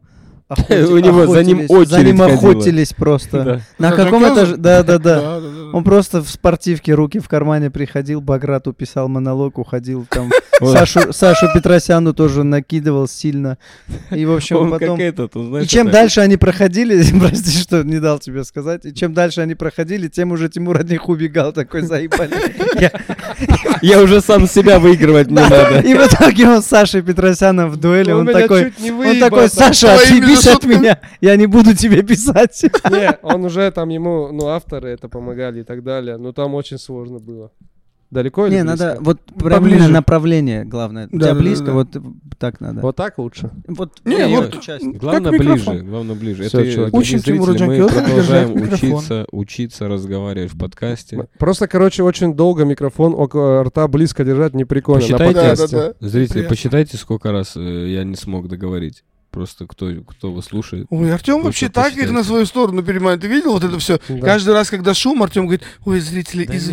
У него за ним охотились, за ним очередь ходила. охотились просто. Да. На За каком Джакёзом? этаже? Да. Да. Он просто в спортивке, руки в кармане приходил, Баграту писал монолог, уходил там. Вот. Сашу Петросяну тоже накидывал сильно. И, в общем, Он потом... как этот, он, И знаешь, чем это- дальше они проходили, прости, что не дал тебе сказать, и чем дальше они проходили, тем уже Тимур от них убегал, такой заебали. Я уже сам себя выигрывать не надо. И в итоге он с Сашей Петросяном в дуэли, он меня такой... чуть не Он выебал такой, там. Саша, Твоими отъебись от шутками. меня, я не буду тебе писать. Не, он уже там ему, ну, авторы это помогали и так далее, но там очень сложно было. Далеко или Не, близко? надо, вот правильное Поближе. направление, главное. У Да, тебя да, близко, да. вот так надо. Вот так лучше. Вот, Не, я вот- участник. Главное Как ближе, микрофон. главное ближе. Всё, Это, чувак. дорогие Учим Тимура зрители, мы Джакёза продолжаем держать микрофон. учиться разговаривать в подкасте. Просто, короче, очень долго микрофон около рта близко держать не прикольно. На Посчитайте. подкасте. Да. Зрители, Приятно. посчитайте, сколько раз я не смог договорить. Просто кто вас слушает. Ой, Артем Вы вообще что, так их посчитайте? на свою сторону переманивает. Ты видел вот это все? Да. Каждый раз, когда шум, Артем говорит: ой, зрители, Да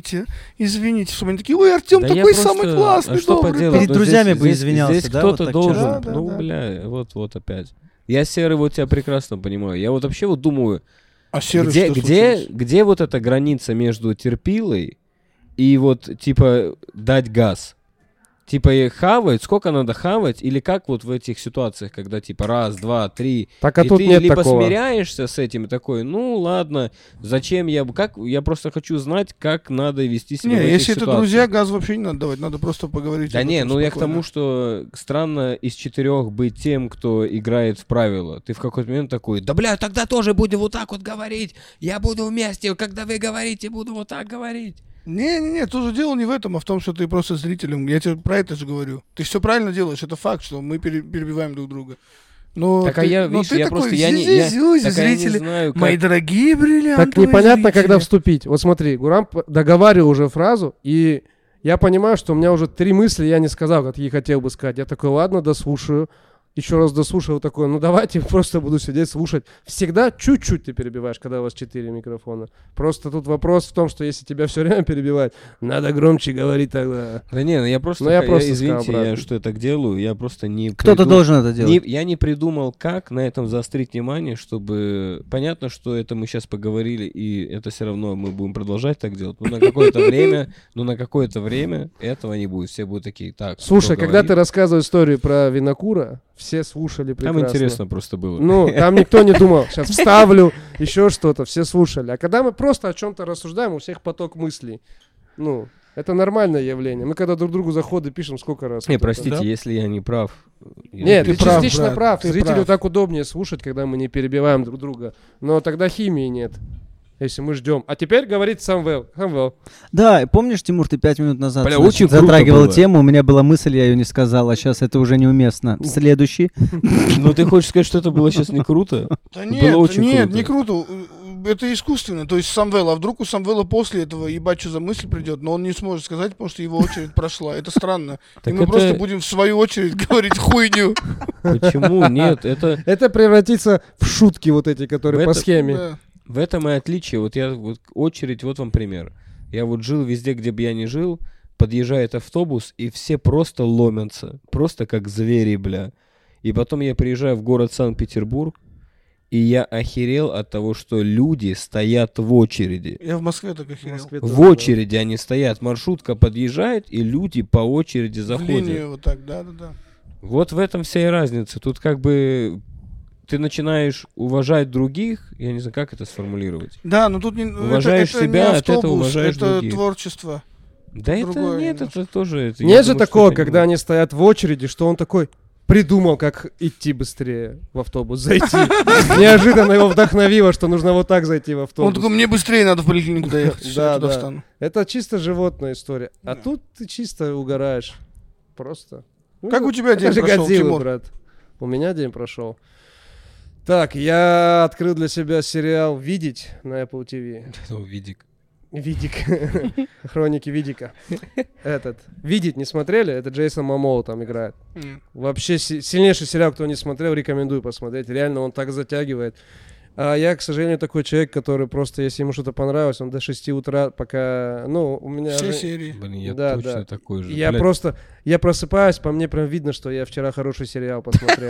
извините, чтобы они такие: ой, Артем Да я такой просто- самый классный, а что добрый. поделать? Перед Ну, друзьями бы здесь извинялся, Здесь да, кто-то вот так должен. часто? Да, Ну, да. бля, вот опять. Я, Серый, вот тебя прекрасно понимаю. Я вот вообще вот думаю, А Серый где, что где, случилось? где вот эта граница между терпилой и вот, типа, дать газ? Типа, хавать, сколько надо хавать, или как вот в этих ситуациях, когда, типа, 1, 2, 3, Так, а и тут ты нет либо такого. смиряешься с этим и такой, ну, ладно, зачем я... Я просто хочу знать, как надо вести себя в Не, этих если это ситуациях. друзья, газ вообще не надо давать, надо просто поговорить. Да об не, этом ну я к спокойно. тому, что странно из 4 быть тем, кто играет в правила. Ты в какой-то момент такой, да бля, тогда тоже будем вот так вот говорить. Я буду вместе, когда вы говорите, буду вот так говорить. Не, тоже дело не в этом, а в том, что ты просто зрителем. Я тебе про это же говорю. Ты все правильно делаешь, это факт, что мы перебиваем друг друга. Но Так, а ты, я, но видишь, ты я такой, просто, я не зюзю-зю, так, а я не зрители, знаю, как... мои дорогие бриллианты. Так непонятно, когда вступить. Вот смотри, Гурам договаривал уже фразу, и я понимаю, что у меня уже 3 мысли я не сказал, какие хотел бы сказать. Я такой, ладно, дослушаю. Еще раз дослушал такой, ну давайте просто буду сидеть слушать. Всегда чуть-чуть ты перебиваешь, когда у вас 4 микрофона. Просто тут вопрос в том, что если тебя все время перебивать, надо громче говорить тогда. Да не, ну я просто, Ну, я просто извините, сказал, брат. я что я так делаю, я просто не... Кто-то должен это делать. Я не придумал, как на этом заострить внимание, чтобы... Понятно, что это мы сейчас поговорили, и это все равно мы будем продолжать так делать. Но на какое-то время этого не будет. Все будут такие, так, Слушай, кто когда ты говорит? рассказывал историю про винокура, все слушали Там прекрасно. интересно просто было. Ну, там никто не думал, сейчас вставлю, еще что-то, все слушали. А когда мы просто о чем-то рассуждаем, у всех поток мыслей. Ну, это нормальное явление. Мы когда друг другу заходы пишем, сколько раз. Не, вот это. простите, да? если я не прав. Нет, Ты ты прав, частично брат, прав. ты Зрителю прав. так удобнее слушать, когда мы не перебиваем друг друга. Но тогда химии нет. если мы ждем. А теперь говорит Самвел. Да, помнишь, Тимур, ты 5 минут назад Бля, очень круто затрагивал было. тему, у меня была мысль, я ее не сказал, а сейчас это уже неуместно. Следующий. Ну ты хочешь сказать, что это было сейчас не круто? Да Было нет, очень нет, круто. не круто. Это искусственно. То есть Самвел, а вдруг у Самвела после этого ебать, что за мысль придет, но он не сможет сказать, потому что его очередь прошла. Это странно. И Так мы это- просто будем в свою очередь говорить хуйню. Почему? Нет, это... Это превратится в шутки вот эти, которые В по это- схеме. Да. В этом и отличие. Вот я вот очередь, вот вам пример. Я вот жил везде, где бы я ни жил, подъезжает автобус, и все просто ломятся. Просто как звери, бля. И потом я приезжаю в город Санкт-Петербург, и я охерел от того, что люди стоят в очереди. Я в Москве так В охерел. Москве В тоже, да. очереди они стоят. Маршрутка подъезжает, и люди по очереди В заходят. линию вот так, да-да-да. Вот в этом вся и разница. Тут как бы ты начинаешь уважать других, я не знаю, как это сформулировать. Да, но тут не, Уважаешь это себя, не от этого автобус, уважаешь это других. творчество. Да это Другое нет, немножко. это тоже... Это, я Нет же думаю, что такого, это не когда будет. они стоят в очереди, что он такой придумал, как идти быстрее в автобус, зайти. Неожиданно его вдохновило, что нужно вот так зайти в Он автобус. такой, мне быстрее надо в поликлинику доехать. Всё, Да, я туда да. встану. Это чисто животная история. А тут ты чисто угораешь. Просто. Ну, Как у тебя это день же прошел, Годзилла, Тимур? брат. У меня день прошел. Так, я открыл для себя сериал «Видеть» на Apple TV. Ну, Видик. Видик. Хроники Видика. Этот. «Видеть» не смотрели? Это Джейсон Момоу там играет. Вообще сильнейший сериал, кто не смотрел, рекомендую посмотреть. Реально он так затягивает. А я, к сожалению, такой человек, который просто, если ему что-то понравилось, он до 6 утра, пока... Ну, у меня... Все же- серии. Блин, я Да, точно да. такой же. Я Блядь, просто... Я просыпаюсь, по мне прям видно, что я вчера хороший сериал посмотрел.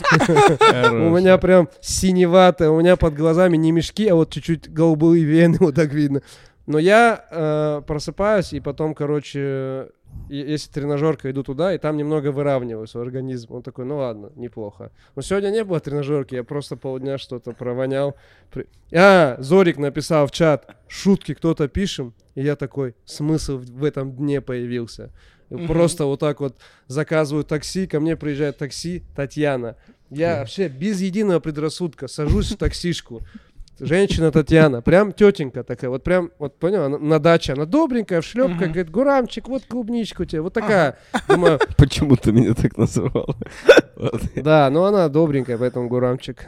У меня прям синевато, у меня под глазами не мешки, а вот чуть-чуть голубые вены, вот так видно. Но я просыпаюсь, и потом, короче, если тренажерка, иду туда, и там немного выравниваю свой организм. Он такой, ну ладно, неплохо. Но сегодня не было тренажерки, я просто полдня что-то провонял. Зорик написал в чат, шутки кто-то пишем, и я такой, смысл в этом дне появился. Просто вот так вот заказываю такси, ко мне приезжает такси, Татьяна. Я вообще без единого предрассудка сажусь в таксишку. Женщина Татьяна, прям тетенька такая, вот прям, вот понял, она на даче, она добренькая, в шлепках, говорит, Гурамчик, вот клубничку тебе, вот такая. Думаю, Почему ты меня так называл? да, ну она добренькая, поэтому Гурамчик.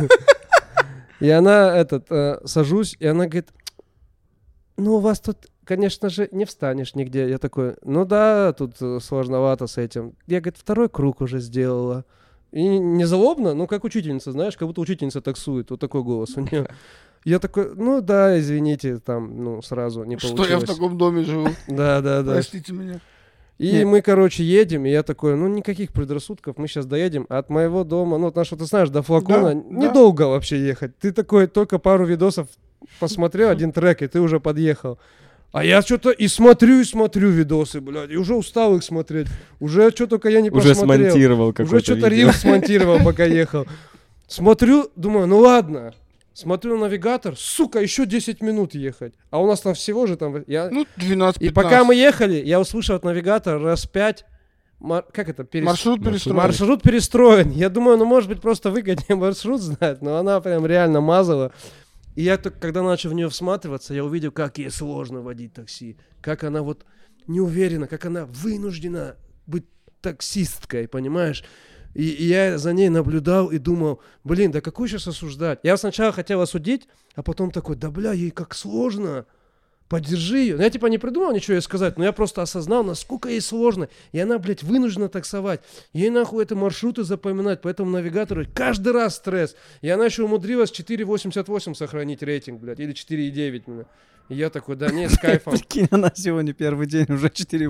И она, сажусь, и она говорит, ну у вас тут, конечно же, не встанешь нигде. Я такой, ну да, тут сложновато с этим. Я, говорит, 2-й круг уже сделала. И не злобно, ну как учительница, знаешь, как будто учительница таксует, вот такой голос у нее. Я такой, ну да, извините, там, ну сразу не получилось. Что я в таком доме живу? Да. Простите меня. И мы, короче, едем, и я такой, ну никаких предрассудков, мы сейчас доедем. А от моего дома, ну потому что ты знаешь, до Флакона Да, недолго вообще ехать. Ты такой только пару видосов посмотрел, один трек, и ты уже подъехал. А я что-то и смотрю видосы, блядь, и уже устал их смотреть. Уже что только я не Уже посмотрел. смонтировал какой-то Уже что-то видео. рилс смонтировал, пока ехал. Смотрю, думаю, ну ладно. Смотрю на навигатор, сука, еще 10 минут ехать. А у нас там всего же там... Ну, 12-15. И пока мы ехали, я услышал от навигатора раз 5... Как это? Маршрут перестроен. Маршрут перестроен. Я думаю, ну может быть просто выгоднее маршрут знать, но она прям реально мазала. И я только, когда начал в нее всматриваться, я увидел, как ей сложно водить такси. Как она вот не уверена, как она вынуждена быть таксисткой, понимаешь? И я за ней наблюдал и думал, блин, да какую сейчас осуждать? Я сначала хотел осудить, а потом такой, да бля, ей как сложно. Поддержи ее. Я типа не придумал ничего ей сказать, но я просто осознал, насколько ей сложно. И она, блядь, вынуждена таксовать. Ей нахуй это маршруты запоминать, поэтому навигатору каждый раз стресс. И она еще умудрилась 4.88 сохранить рейтинг, блядь, или 4.9. Блядь. И я такой, да не, с кайфом. Прикинь, она сегодня первый день уже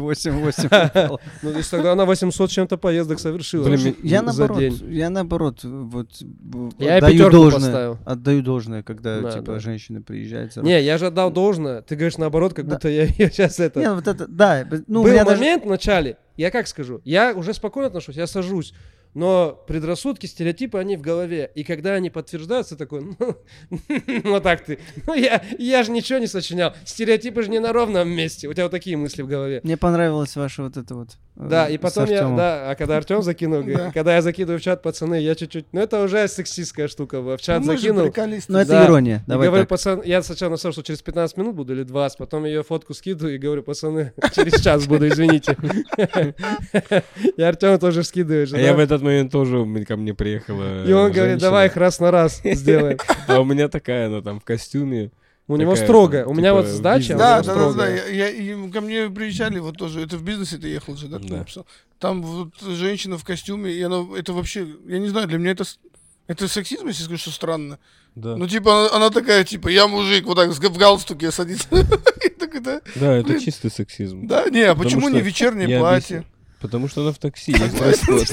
488. Ну, то есть тогда она 800 чем-то поездок совершила. Блин, Я за день. наоборот, Я ей отдаю пятерку должное, поставил. отдаю должное, когда Да, типа да. женщина приезжает. Не, я же отдал должное. Ты говоришь наоборот, как Да. будто я ее сейчас это... Не, вот это, да, ну, у Был меня даже... момент в начале, я как скажу, я уже спокойно отношусь, я сажусь, но предрассудки, стереотипы, они в голове. И когда они подтверждаются, такой, ну, вот так ты. Ну, я же ничего не сочинял. Стереотипы же не на ровном месте. У тебя вот такие мысли в голове. Мне понравилась ваша вот эта вот Да, и с потом Артёмом. а когда Артем закинул, Да. когда я закидываю в чат, пацаны, я чуть-чуть, ну это уже сексистская штука, в чат Ну, мы же закинул. приколисты. Ну, это Да. ирония. И Давай говорю, так. пацан, я сначала написал, что через 15 минут буду или 20, потом ее фотку скидываю и говорю, пацаны, через час буду, извините. И Артем тоже скидывает. А я в этот момент тоже ко мне приехала И он говорит, женщина. давай их раз на раз сделаем. А у меня такая, она там в костюме. У него Такая, строго. там, У меня типа, вот сдача, у Да, него да, да, да. строгая. И ко мне приезжали, вот тоже, это в бизнесе ты ехал же, да, ты Да. написал? Там вот женщина в костюме, и она, это вообще, я не знаю, для меня это сексизм, если скажу, что странно. Да. Ну, типа, она такая, типа, я мужик, вот так в галстуке садится. И такой, да. Да, это Блин. чистый сексизм. Да, не, а почему что не вечернее я платье? объясню. Потому что она в такси, есть дресс-код.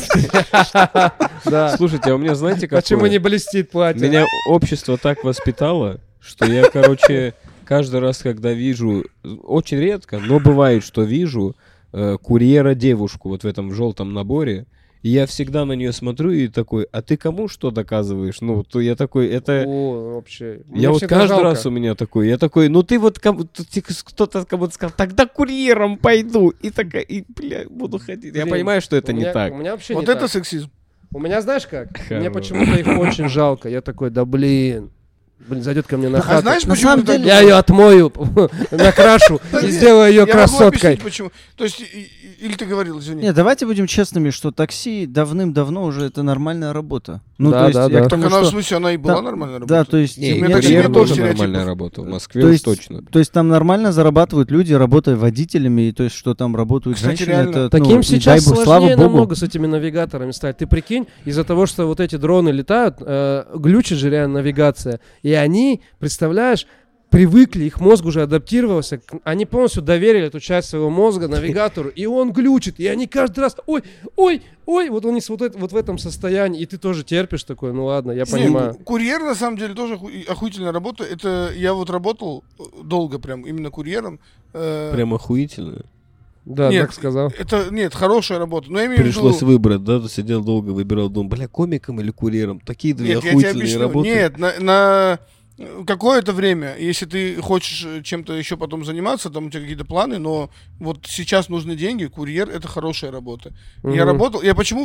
Да. Слушайте, а у меня, знаете, какое? Почему не блестит платье? Меня общество так воспитало, что я, короче, каждый раз, когда вижу, очень редко, но бывает, что вижу курьера девушку вот в этом желтом наборе, и я всегда на нее смотрю и такой, а ты кому что доказываешь? Ну, то я такой, это... О, вообще. Мне Я вот всегда каждый жалко. раз у меня такой, я такой, ну ты вот кто-то кому-то сказал, тогда курьером пойду, и такая, и, бля, буду ходить. Я Блин, понимаю, что это у не меня- так. У меня вообще Вот не это так. сексизм. У меня знаешь как? Мне Хорош. почему-то их очень жалко. Я такой, да блин. Блин, зайдет ко мне на А хату. знаешь, На почему самом ты так деле- Я ее отмою, накрашу Да и нет, сделаю ее я могу красоткой. объяснить, почему. То есть, или ты говорил, извини. Нет, давайте будем честными, что такси давным-давно уже это нормальная работа. Ну, Да, то есть, да, я да. к Так тому, она, в что... смысле, она и была Да, нормальная работа. Да, то есть... Не, У меня я- такси курьер нет тоже стереотипов. нормальная работа. В Москве То уж есть- точно. То есть там нормально зарабатывают люди, работая водителями, и то есть что там работают Кстати, женщины, реально. это, Таким ну, и сейчас дай бог, сложнее слава богу. намного с этими навигаторами стать. Ты прикинь, из-за того, что вот эти дроны летают, глючит же реально навигация. И они, представляешь, привыкли, их мозг уже адаптировался, они полностью доверили эту часть своего мозга навигатору, и он глючит, и они каждый раз, ой, вот он вот в этом состоянии, и ты тоже терпишь такой, ну ладно, я Не, понимаю. Курьер, на самом деле, тоже охуительная работа. Это я вот работал долго прям именно курьером. Прям охуительно. Да, нет, так сказал. Это, нет, хорошая работа. Но я имею в Пришлось виду... выбрать, да, сидел долго, выбирал, думал, бля, комиком или курьером? Такие две Нет, я тебе охуительные объясню. работы. Нет, на какое-то время, если ты хочешь чем-то еще потом заниматься, там у тебя какие-то планы, но вот сейчас нужны деньги, курьер — это хорошая работа. Я Мгм. работал,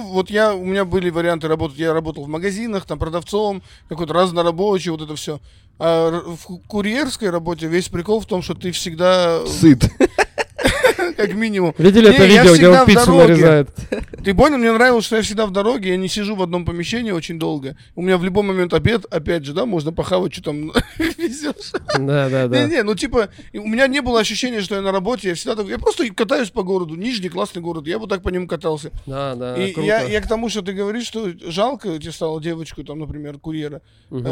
у меня были варианты работать, я работал в магазинах, там, продавцом, какой-то разнорабочий, вот это все. А в курьерской работе весь прикол в том, что ты всегда, Сыт. как минимум... Видели Не, это я видео, где всегда он в пиццу дороге. нарезает? Ты понял, мне нравилось, что я всегда в дороге, я не сижу в одном помещении очень долго. У меня в любой момент обед, опять же, да, можно похавать, что там везешь. Да. Не, ну типа, у меня не было ощущения, что я на работе, я всегда такой, я просто катаюсь по городу, Нижний классный город, я вот так по нему катался. Да, И круто. я к тому, что ты говоришь, что жалко тебе стало девочку, там, например, курьера. Мгм.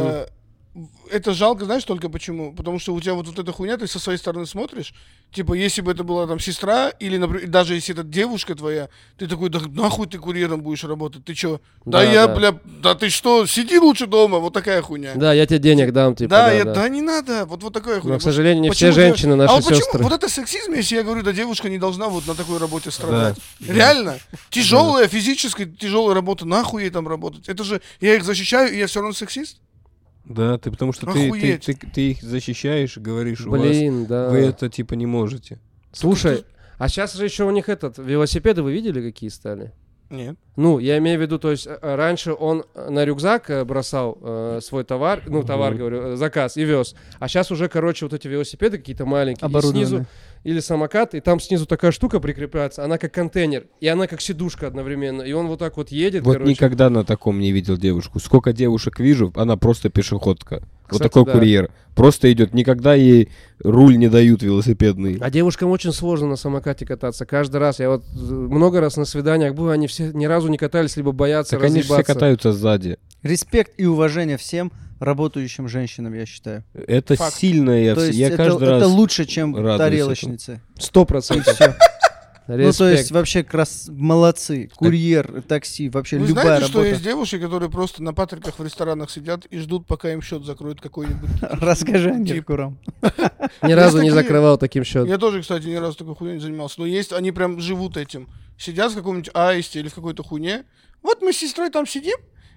Это жалко, знаешь, только почему? Потому что у тебя вот эта хуйня, ты со своей стороны смотришь, типа, если бы это была там сестра, или, например, даже если это девушка твоя, ты такой, да нахуй ты курьером будешь работать, ты чё? Да, Да, я, да. бля, да ты что, сиди лучше дома, вот такая хуйня. Да, я тебе денег дам, типа, да, да. да не надо, вот такая хуйня. Но, к сожалению, не Почему все дев- женщины А наши вот почему, сестры. вот это сексизм, если я говорю, да девушка не должна вот на такой работе страдать. Реально, тяжелая, физически тяжелая работа, нахуй ей там работать? Это же, я их защищаю, и я все равно сексист? Да, ты потому что ты Охуеть. их защищаешь и говоришь, у вас Блин, да. вы это типа не можете. Слушай, а сейчас же еще у них велосипеды вы видели, какие стали? Нет. Ну, я имею в виду, то есть раньше он на рюкзак бросал свой товар, говорю, заказ и вез. А сейчас уже, короче, вот эти велосипеды какие-то маленькие. И Оборудованные. снизу, или самокат, и там снизу такая штука прикрепляется, она как контейнер, и она как сидушка одновременно. И он вот так вот едет, Вот короче. никогда на таком не видел девушку. Сколько девушек вижу, она просто пешеходка. Вот Кстати, такой да. курьер. Просто идет. Никогда ей руль не дают велосипедный. А девушкам очень сложно на самокате кататься. Каждый раз. Я вот много раз на свиданиях был, они все ни разу не катались, либо боятся Так они же все разъебаться. катаются сзади. Респект и уважение всем работающим женщинам, я считаю. Это Факт. сильно. То есть Я это, каждый это раз... лучше, чем радуюсь тарелочницы. 100%. Всё. Ну, то есть Респект. вообще молодцы. Курьер, такси, вообще Вы любая знаете, что работа. есть девушки, которые просто на патриках в ресторанах сидят и ждут, пока им счет закроют какой-нибудь. Расскажи, Андреев Курам. Ни разу не такие- закрывал таким счет. Я тоже, кстати, ни разу такой хуйней не занимался. Но есть, они прям живут этим. Сидят в каком-нибудь аисте или в какой-то хуйне. Вот мы с сестрой там сидим,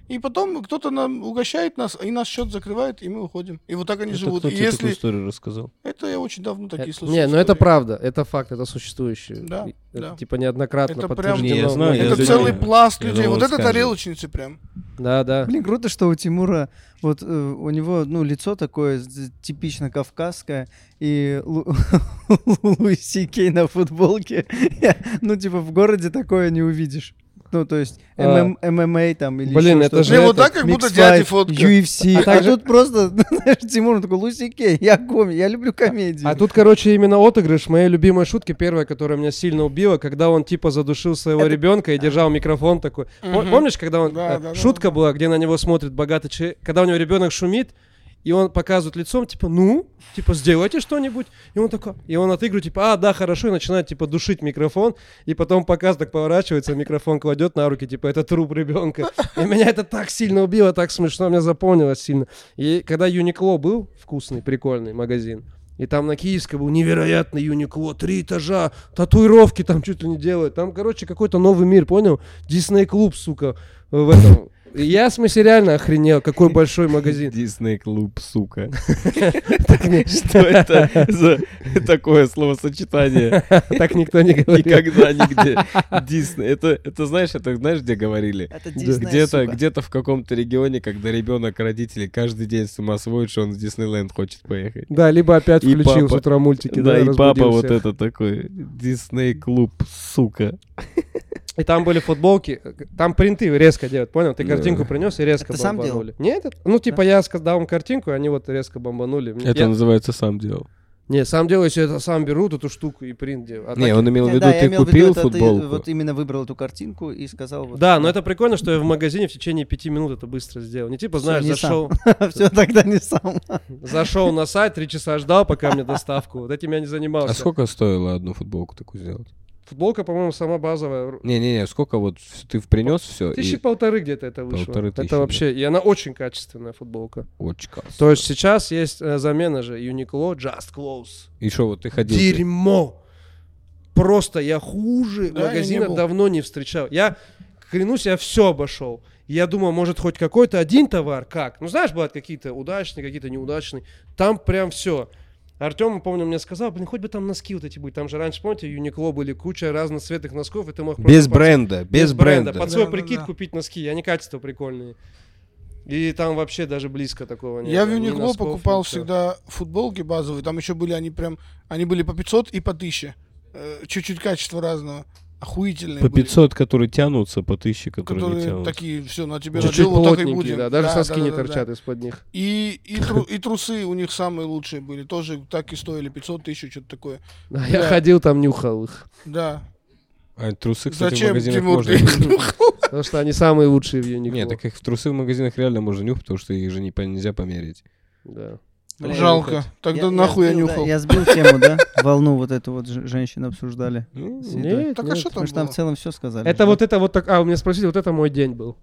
и потом кто-то нам угощает нас, и наш счет закрывает, и мы уходим. И вот так они Это живут. кто И тебе такую если... историю рассказал? Это я очень давно такие слышал. Не, ну это истории. правда, это факт, это существующее. Да, Это, да. типа неоднократно Это прям- подтверждено. Не, я знаю, я Это думаю, целый пласт я людей. думал, Вот это скажет. тарелочницы прям. Да, да. Блин, круто, что у Тимура вот у него, ну, лицо такое типично кавказское, и Луис Си Кей на футболке. Ну, типа, в городе такое не увидишь. Ну, то есть, ММА там или Блин, ещё это что-то. же Не, вот так, как будто Mixed дяди Fight, фотка. UFC. А А также- тут просто, знаешь, Тимур такой, Луис Си Кей, я комик, я люблю комедию. А тут, короче, именно отыгрыш моей любимой шутки, первая, которая меня сильно убила, когда он типа задушил своего ребенка и держал микрофон такой. Мгм. Помнишь, когда он Да, да, шутка да. была, где на него смотрит богатый человек, когда у него ребенок шумит, и он показывает лицом, типа, ну, типа, сделайте что-нибудь. И он такой, и он отыгрывает, типа, да, хорошо, и начинает, типа, душить микрофон, и потом показ так поворачивается, микрофон кладет на руки, типа, это труп ребенка. И меня это так сильно убило, так смешно, мне запомнилось сильно. И когда Юникло был вкусный, прикольный магазин, и там на Киевской был невероятный Юникло, 3 этажа, татуировки там чуть ли не делают. Там, короче, какой-то новый мир, понял? Дисней клуб, сука, в этом. И я, в смысле, реально охренел, какой большой магазин. Дисней клуб, сука. Что это за такое словосочетание? Так никто не говорит. Никогда нигде. Дисней. Это знаешь, где говорили? Это Дисней, Где-то, сука. где-то в каком-то регионе, когда ребенок родители каждый день с ума сводит, что он в Диснейленд хочет поехать. Да, либо опять И включил с папа- утра мультики. Да, и разбудил папа вот всех. это такой. Дисней клуб, сука. И там были футболки, там принты резко делают, понял? Ты Да. картинку принес и резко Это сам бомбанули. Нет, ну типа я дал им картинку, и они вот резко бомбанули. Это Я- называется сам делал. Не, сам делаю, если это сам берут эту штуку и принт делаю. А Не, так- он имел в виду, Да, я ты имел в виду, купил это футболку. Ты вот именно выбрал эту картинку и сказал... Вот, Да, но это прикольно, что я в магазине в течение 5 минут это быстро сделал. Не типа, Всё, знаешь, не зашел, Все, тогда не сам. зашел на сайт, 3 часа ждал, пока мне доставку. Вот этим я не занимался. А сколько стоило одну футболку такую сделать? Футболка, по-моему, сама базовая. Не-не-не, сколько вот ты принес все? 1500 где-то это вышло. 1500, Это вообще, и она очень качественная футболка. Очень классно. То есть сейчас есть замена же Uniqlo Just Close. И что, вот ты ходил? Дерьмо! Просто я хуже Да, я магазина не был. давно не встречал. Я, клянусь, я все обошел. Я думал, может, хоть какой-то один товар, как? Ну, знаешь, бывают какие-то удачные, какие-то неудачные. Там прям все. Артем, помню, мне сказал, блин, хоть бы там носки вот эти были. Там же раньше, помните, Uniqlo были куча разноцветных носков, и ты мог Без просто под- бренда, без бренда. Под свой Да, прикид да. купить носки, и они качество прикольные. И там вообще даже близко такого нет. Я в Ни Uniqlo носков, покупал ничего. всегда футболки базовые. Там еще были они были по 500 и по 1000. Чуть-чуть качество разного. Охуительные По были. 500, которые тянутся, по 1000, которые не Которые тянутся. такие, все, на тебе Чуть-чуть надел, вот так и плотненькие, будем. да, даже соски не да, торчат да. из-под них. И трусы у них самые лучшие были. Тоже так и стоили 500 тысяч, что-то такое. Да, я Да. ходил там, нюхал их. Да. А трусы, кстати, в Зачем, магазинах Тимур, можно ты их нюхать. нюхал? Потому что они самые лучшие в Uniqlo. Нет, так их в трусы в магазинах реально можно нюхать, потому что их же нельзя померить. Да. Блин, Жалко. Тогда нахуй я сбил, да, нюхал. я сбил тему, да? Волну вот эту вот женщины обсуждали. Ну, Нет, Так а нет. что там Мы же там было? в целом все сказали. Это вот это вот так... А, у меня спросили, вот это мой день был.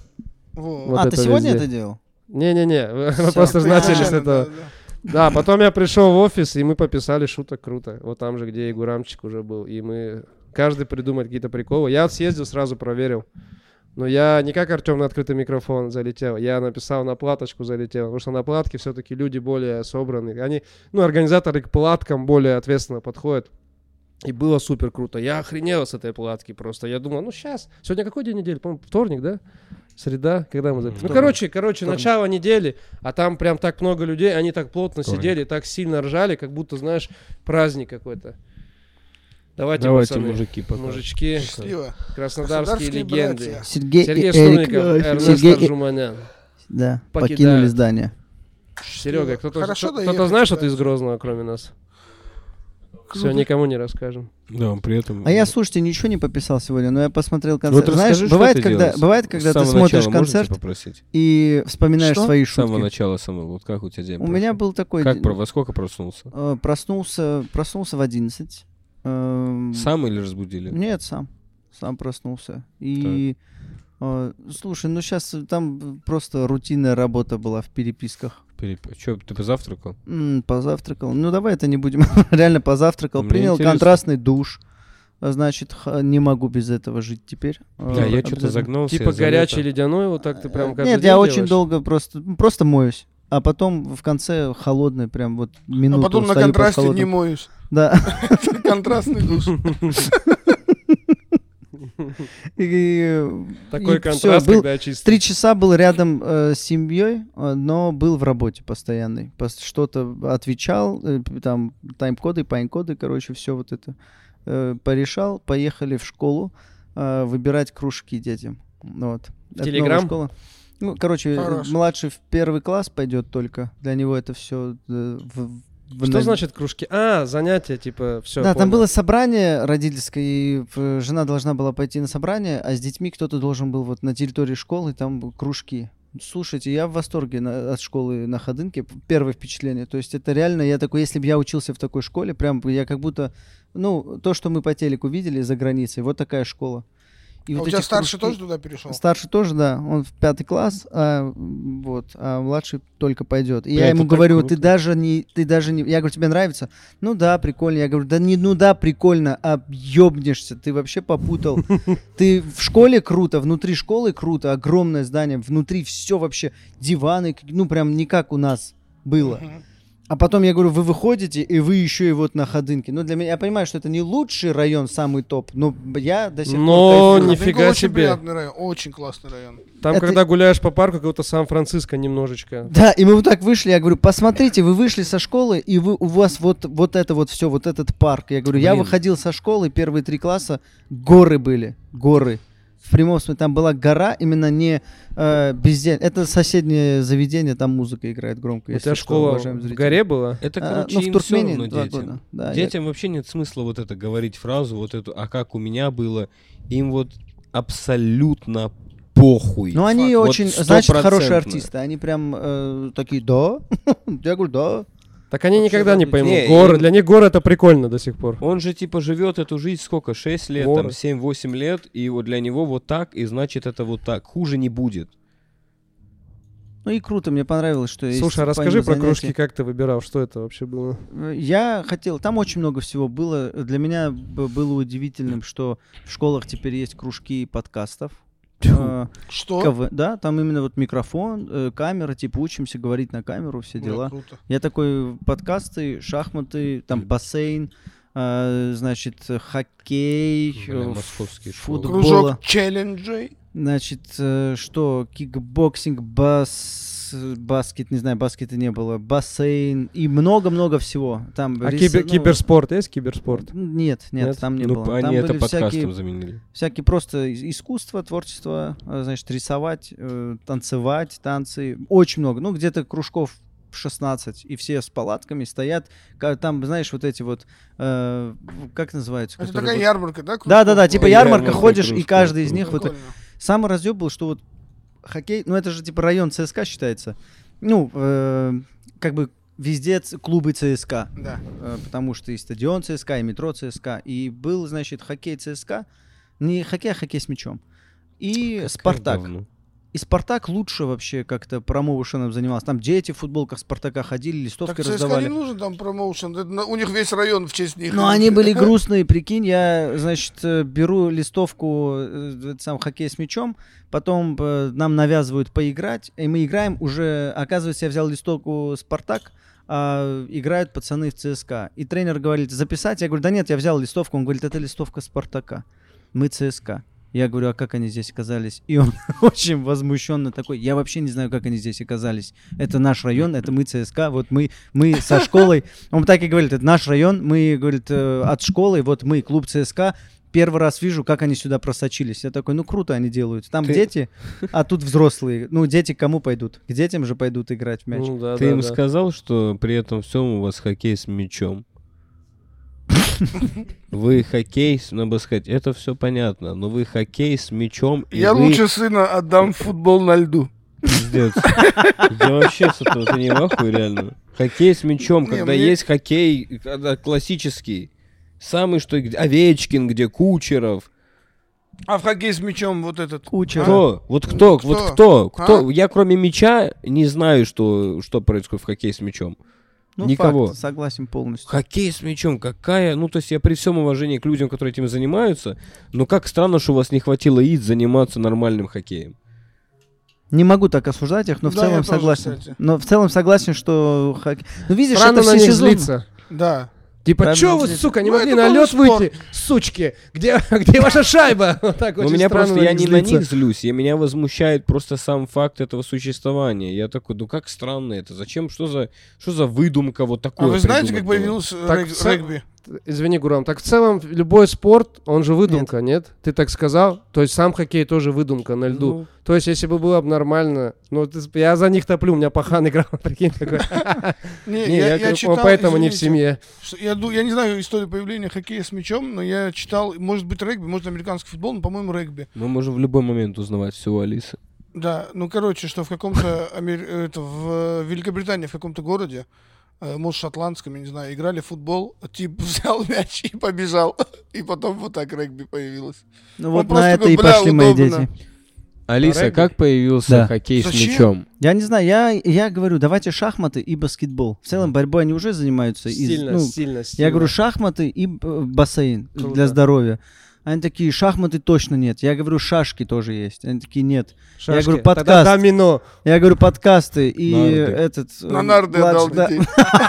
Во. Вот А, это ты сегодня везде. это делал? Не-не-не, вы Всё. просто же начали с Изначально, этого. да, да. Да, потом я пришел в офис, и мы пописали шуток круто. Вот там же, где и Гурамчик уже был. И мы... Каждый придумает какие-то приколы. Я вот съездил, сразу проверил. Но я не как Артем на открытый микрофон залетел. Я написал на платочку залетел. Потому что на платке все-таки люди более собранные. Они, ну, организаторы к платкам более ответственно подходят. И было супер круто. Я охренел с этой платки просто. Я думал, ну сейчас. Сегодня какой день недели? По-моему, вторник, да? Среда? Когда мы записали? Ну, короче, начало недели, а там прям так много людей, они так плотно Вторник. сидели, так сильно ржали, как будто, знаешь, праздник какой-то. Давайте, Давайте, пацаны, мужики, пока. мужички, Счастливо. краснодарские Краснодарские легенды. братья. Сергей, Сергей и Эрик, Стольников, Эрнест Сергей и- Аржуманян. Да, покидают. покинули здание. Серега, кто-то Хорошо кто-то доехать, знает, что ты кстати. из Грозного, кроме нас? Все, Круто. никому не расскажем. Да, при этом... А я, слушайте, ничего не пописал сегодня, но я посмотрел концерт. Вот Знаешь, расскажи, что бывает, ты когда, делал. бывает, С когда ты самого смотришь начала можно тебя концерт попросить? и вспоминаешь Что? свои С самого шутки. начала, вот как у тебя день У меня прошел? был такой... Как, день. во сколько проснулся? Проснулся в 11. Сам или разбудили? Нет, сам проснулся. И, слушай, ну сейчас там просто рутинная работа была в переписках. Че, ты позавтракал? Позавтракал. Ну давай это не будем. Реально позавтракал. Мне Принял интересно. контрастный душ. значит, не могу без этого жить теперь. Да, я что-то Обязательно. загнался. Типа я за горячий, лето. ледяной, вот так ты прям каждый Нет, день я очень делаешь? долго просто моюсь. А потом в конце холодный, прям вот минуту А потом на стою под контрасте не холодным. моюсь. Да. Контрастный душ. Такой всё, контраст, был когда чистый. 3 часа был рядом с семьей, но был в работе постоянной. Что-то отвечал, там тайм-коды, пайн-коды, короче, все вот это порешал. Поехали в школу выбирать кружки детям. Вот. Это новая Телеграм? школа. Ну, короче, Хорош. младший в 1 класс пойдет только. Для него это все Что значит кружки? А, занятия, типа, все. Да, там было собрание родительское, и жена должна была пойти на собрание, а с детьми кто-то должен был вот на территории школы, там кружки. Слушайте, я в восторге от школы на Ходынке. Первое впечатление. То есть это реально, я такой, если бы я учился в такой школе, прям я как будто, ну, то, что мы по телеку видели за границей, вот такая школа. И А вот у тебя эти старший кружки- тоже туда перешел? Старший тоже, да, он в 5 класс, а младший только пойдет. И Бля, я ему это так говорю, круто. ты даже не, я говорю, тебе нравится? Ну да, прикольно. Я говорю, да не, ну да, прикольно, а ёбнешься, ты вообще попутал. Ты в школе круто, внутри школы круто, огромное здание, внутри все вообще, диваны, ну прям не как у нас было. Мгм. А потом я говорю, вы выходите, и вы еще и вот на Ходынке. Ну, для меня, я понимаю, что это не лучший район, самый топ, но я до сих Но пор кайфую. нифига Ходынка очень себе. приятный район, очень классный район. Там, Это- когда гуляешь по парку, как будто Сан-Франциско немножечко. Да, и мы вот так вышли, я говорю, посмотрите, вы вышли со школы, и у вас вот это вот все, вот этот парк. Я говорю, я Блин. выходил со школы, первые 3 класса, горы были, горы. В прямом смысле, там была гора, именно не безделье. Это соседнее заведение, там музыка играет громко. У если тебя что, школа уважаемые в зрители. горе была? Это, А, короче, ну, в им Туркмении всё равно 2 детям. года. Да, Детям вообще нет смысла вот это говорить фразу, вот эту, а как у меня было. Им вот абсолютно похуй. Ну, они Вот очень, значит, хорошие 100%. артисты. Они прям такие, да. Я говорю, да. Так они никогда не поймут. Не, Горы, им- для них горы это прикольно до сих пор. Он же типа живет эту жизнь сколько? 6 лет, Горы. там 7-8 лет, и вот для него вот так, и значит это вот так. Хуже не будет. Ну и круто, мне понравилось, что есть Слушай, а расскажи про помимо кружки, занятий. как ты выбирал, что это вообще было? Я хотел, там очень много всего было. Для меня было удивительным, что в школах теперь есть кружки подкастов. Что? Да, там именно вот микрофон, камера, типа учимся говорить на камеру, все Бля, дела. круто. Я такой, подкасты, шахматы, там бассейн, значит, хоккей, Бля, московские школы. футбол. Кружок челленджей. Значит, что, кикбоксинг, баскет, не знаю, баскета не было, бассейн и много-много всего. Там А ну, киберспорт есть киберспорт? Нет, Нет? там не Ну, было. они Там это были подкастом заменили. всякие просто искусство, творчество, значит, рисовать, танцевать, танцы. Очень много. Ну, где-то кружков 16, и все с палатками стоят. Там, знаешь, вот эти вот, как называются? Это которые такая вот- ярмарка, да? Да-да-да, типа Ярмарка ярмарка, ходишь, и кружков. каждый из них... Вот, Прикольно. самый разъеб был, что вот хоккей, ну это же типа район ЦСКА считается. Ну, как бы везде клубы ЦСКА. Да. Потому что и стадион ЦСКА, и метро ЦСКА. И был, значит, хоккей ЦСКА. Не хоккей, а хоккей с мячом. И Спартак. Говно. И Спартак лучше вообще как-то промоушеном занимался. Там дети в футболках Спартака ходили, листовки Так ЦСКА раздавали. не нужен там промоушен. У них весь район в честь них. Ну, они были грустные, прикинь, я, значит, беру листовку, сам хоккей с мячом, потом нам навязывают поиграть, и мы играем уже, оказывается, я взял листовку «Спартак», а играют пацаны в ЦСКА. И тренер говорит, записать? Я говорю, да нет, я взял листовку. Он говорит, это листовка «Спартака». Мы ЦСКА. Я говорю, а как они здесь оказались? И он очень возмущенно такой, я вообще не знаю, как они здесь оказались. Это наш район, это мы ЦСКА, вот мы со школой. Он так и говорит, это наш район, мы, говорит, от школы, вот мы, клуб ЦСКА. Первый раз вижу, как они сюда просочились. Я такой, ну круто они делают. Там дети, а тут взрослые. Ну, дети к кому пойдут? К детям же пойдут играть в мяч. Ну, да, Ты да, им да. сказал, что при этом всем у вас хоккей с мячом? Вы хоккей, надо сказать, это все понятно, но вы хоккей с мячом, и Я вы... лучше сына отдам в футбол на льду. Пиздец. Я вообще с этого не в ахуе, реально. Хоккей с мячом, Не, когда мне- есть хоккей когда классический, самый что, где Овечкин, где Кучеров. А в хоккей с мячом вот этот. Кучера. Кто? Вот кто? Кто? Вот кто? А? Я кроме мяча не знаю, что происходит в хоккее с мячом. Ну, Никого. факт, согласен полностью. Хоккей с мячом, какая... Ну, то есть я при всем уважении к людям, которые этим занимаются, но как странно, что у вас не хватило яиц заниматься нормальным хоккеем. Не могу так осуждать их, но в Да, целом я тоже, согласен. кстати. Но в целом согласен, что хоккей... Ну, видишь, Странно это на все них сезон. злиться. Да. Типа, Правильно чё вы, злиться. сука, не Ну, могли это на тоже лед спорт. выйти, сучки? Где ваша шайба? Вот так Но очень меня странно просто, я не на злиться. них злюсь, меня возмущает просто сам факт этого существования. Я такой, ну как странно это, зачем, что за выдумка вот А такое вы знаете, как придумать было? появился Так в цел- регби? Извини, Гурам, так в целом любой спорт, он же выдумка, нет? Ты так сказал? То есть сам хоккей тоже выдумка на льду. Ну, То есть если бы было бы нормально... Ну, я за них топлю, у меня пахан играл, прикинь, такой. Не, Я я читал, поэтому не в извините, семье. я не знаю историю появления хоккея с мячом, но я читал, может быть, регби, может, американский футбол, но, по-моему, регби. мы можем в любой момент узнавать все у Алисы. Да, ну, короче, что в каком-то, в Великобритании, в каком-то городе, может, шотландском, я не знаю, играли в футбол, тип взял мяч и побежал, и потом вот так регби появилось. Ну Он вот просто на это такой, и бля, пошли мои удобно. дети. Алиса, регби? как появился Да. хоккей с Зачем? мячом? Я не знаю, я говорю, давайте шахматы и баскетбол. В целом борьбой они уже занимаются. Сильно, ну, сильно. я говорю, шахматы и бассейн Круто. для здоровья. Они такие, шахматы точно нет. Я говорю, шашки тоже есть. Они такие, нет. Шашки. Я говорю, Тогда подкаст. домино. Я говорю, подкасты и Нарды. этот... На нарды отдал младший- да. детей.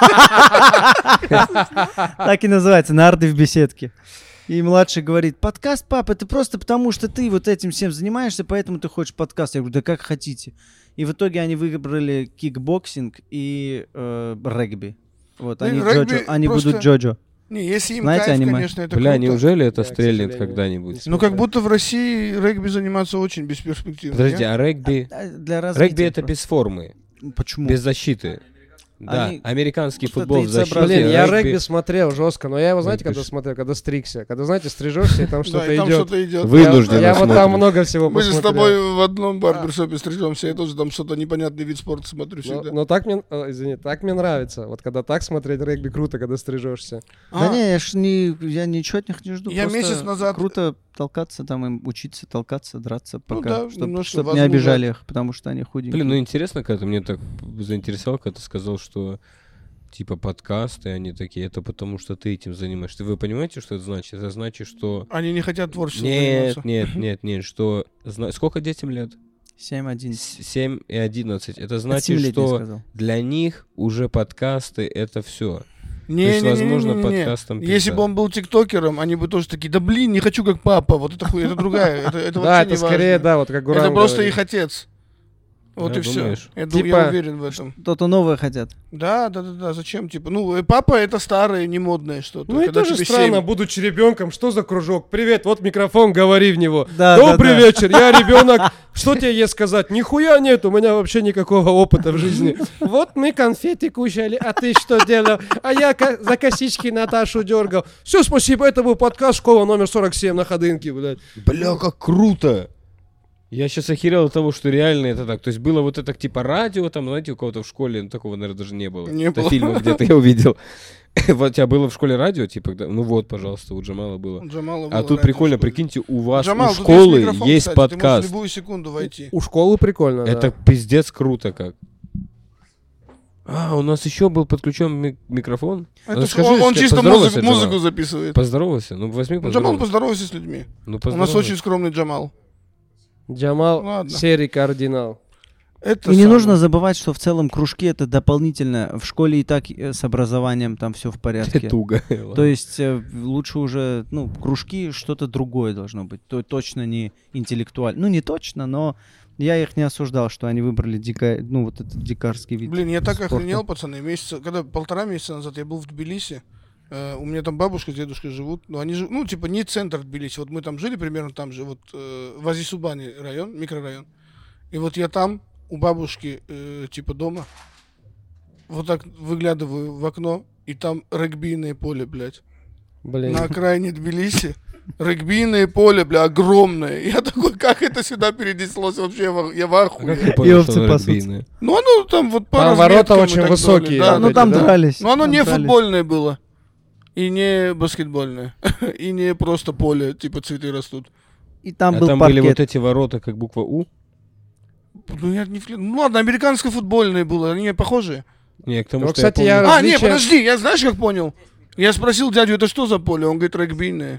Так и называется, нарды в беседке. И младший говорит, подкаст, пап, это просто потому, что ты вот этим всем занимаешься, поэтому ты хочешь подкаст. Я говорю, да как хотите. И в итоге они выбрали кикбоксинг и регби. Вот, Блин, они, регби Джоджо, они просто- будут Джоджо. Не, если им Знаете кайф, аниме? конечно, это Бля, круто. неужели это Я, к стрельнет сожалению, когда-нибудь? Ну, как будто в России регби заниматься очень бесперспективно. Подожди, не? а регби... Для развития Регби это просто. без формы, Почему? без защиты. Да, Они- американский что-то футбол в защите. яйцеобразные. Блин, я регби смотрел жестко, но я его, знаете, Регби когда ж- смотрел? Когда стригся. Когда, знаете, стрижешься, и там Да, что-то и там идет. что-то идет. Вынужденно Я вот там смотришь. много всего Мы же с посмотрел. тобой в одном барбершопе стрижемся, я тоже там что-то непонятный вид спорта смотрю всегда. Но так мне, извини, так мне нравится. Вот когда так смотреть регби, круто, когда стрижешься. Да А, не, я ничего от них не жду. Я просто месяц назад- круто толкаться, там им учиться толкаться, драться, пока, да, чтобы немножко не возмужать. обижали их, потому что они худенькие. Блин, ну интересно, когда ты мне так заинтересовал, когда ты сказал, что типа подкасты, они такие, это потому что ты этим занимаешься. Вы понимаете, что это значит? Это значит, что... Они не хотят творчеством Нет, заниматься. нет, что... Сколько детям лет? 7-1. 7 и 11. Это От значит, 7 лет не что сказал. для них уже подкасты это все. Не, есть, не, не, возможно, не, не, не. подкастом Если пизда. бы он был тиктокером, они бы тоже такие, да блин, не хочу как папа, вот это это другая, это Да, вообще это не скорее, важно. да, вот как Гурам Это просто говорит. их отец. Вот Да, и все. думаешь? Я Типа- уверен в этом. Что-то новое хотят. Да, зачем? Типа, ну, папа это старое, не модное что-то. Ну и Когда тоже тебе странно, 7. будучи ребенком, что за кружок? Привет, вот микрофон, говори в него. Да, Добрый да, да. вечер, я ребенок. Что тебе есть сказать? Нихуя нет, у меня вообще никакого опыта в жизни. Вот мы конфеты кушали, а ты что делал? А я за косички Наташу дергал. Все, спасибо, это был подкаст «Школа номер 47» на Ходынке, блядь. Бля, как круто! Я сейчас охерел от того, что реально это так. То есть было вот это типа радио, там, знаете, у кого-то в школе, ну, такого, наверное, даже не было. Не Это было. фильмы где-то я увидел. Вот у тебя было в школе радио, типа, ну вот, пожалуйста, у Джамала было. Джамала А было тут радио прикольно, в школе. прикиньте, у вас Джамал, у тут школы микрофон, есть кстати, ты можешь в подкаст. любую секунду войти. У школы прикольно, Это да. пиздец круто как. А, у нас еще был подключен микрофон. Это Ну, ж скажи, он что чисто поздоровайся, музыку Джамал. записывает. Поздоровайся, ну возьми Ну, Джамал, поздоровайся. поздоровайся с людьми. Ну, У нас поздоровайся. очень скромный Джамал. Джамал, Ладно. серый кардинал. Это И не самое. нужно забывать, что в целом кружки это дополнительно. В школе и так с образованием там все в порядке. Туго. То есть лучше уже, ну, кружки что-то другое должно быть. То точно не интеллектуально. Ну, не точно, но я их не осуждал, что они выбрали ну, вот этот дикарский вид. Блин, я так спорта. охренел, пацаны. Когда 1,5 месяца назад я был в Тбилиси, у меня там бабушка с дедушкой живут, но они живут, ну, типа, не центр Тбилиси. Вот мы там жили примерно там же, вот в Азисубане район, микрорайон. И вот я там, у бабушки, типа, дома, вот так выглядываю в окно, и там регбийное поле, блядь. Блин. На окраине Тбилиси. Регбийное поле, бля, огромное. Я такой, как это сюда перенеслось вообще? Я в А ахуе. как ты понял, овцы что оно пасутся. регбийное? Ну, оно там вот по Там ворота разметкам и очень так высокие, далее, да, да. Ну, вот там эти, да? дрались. Но оно там не дрались. футбольное было. И не баскетбольное. И не просто поле, типа цветы растут. И там А был там были паркет. вот эти ворота, как буква У. Ну, я не ну ладно, американско-футбольное было, они похожие. Не, к тому, Ну, что кстати, я я- помню... Не, различия- подожди, я знаешь, как понял? Я спросил дядю, это что за поле? Он говорит, регбийное.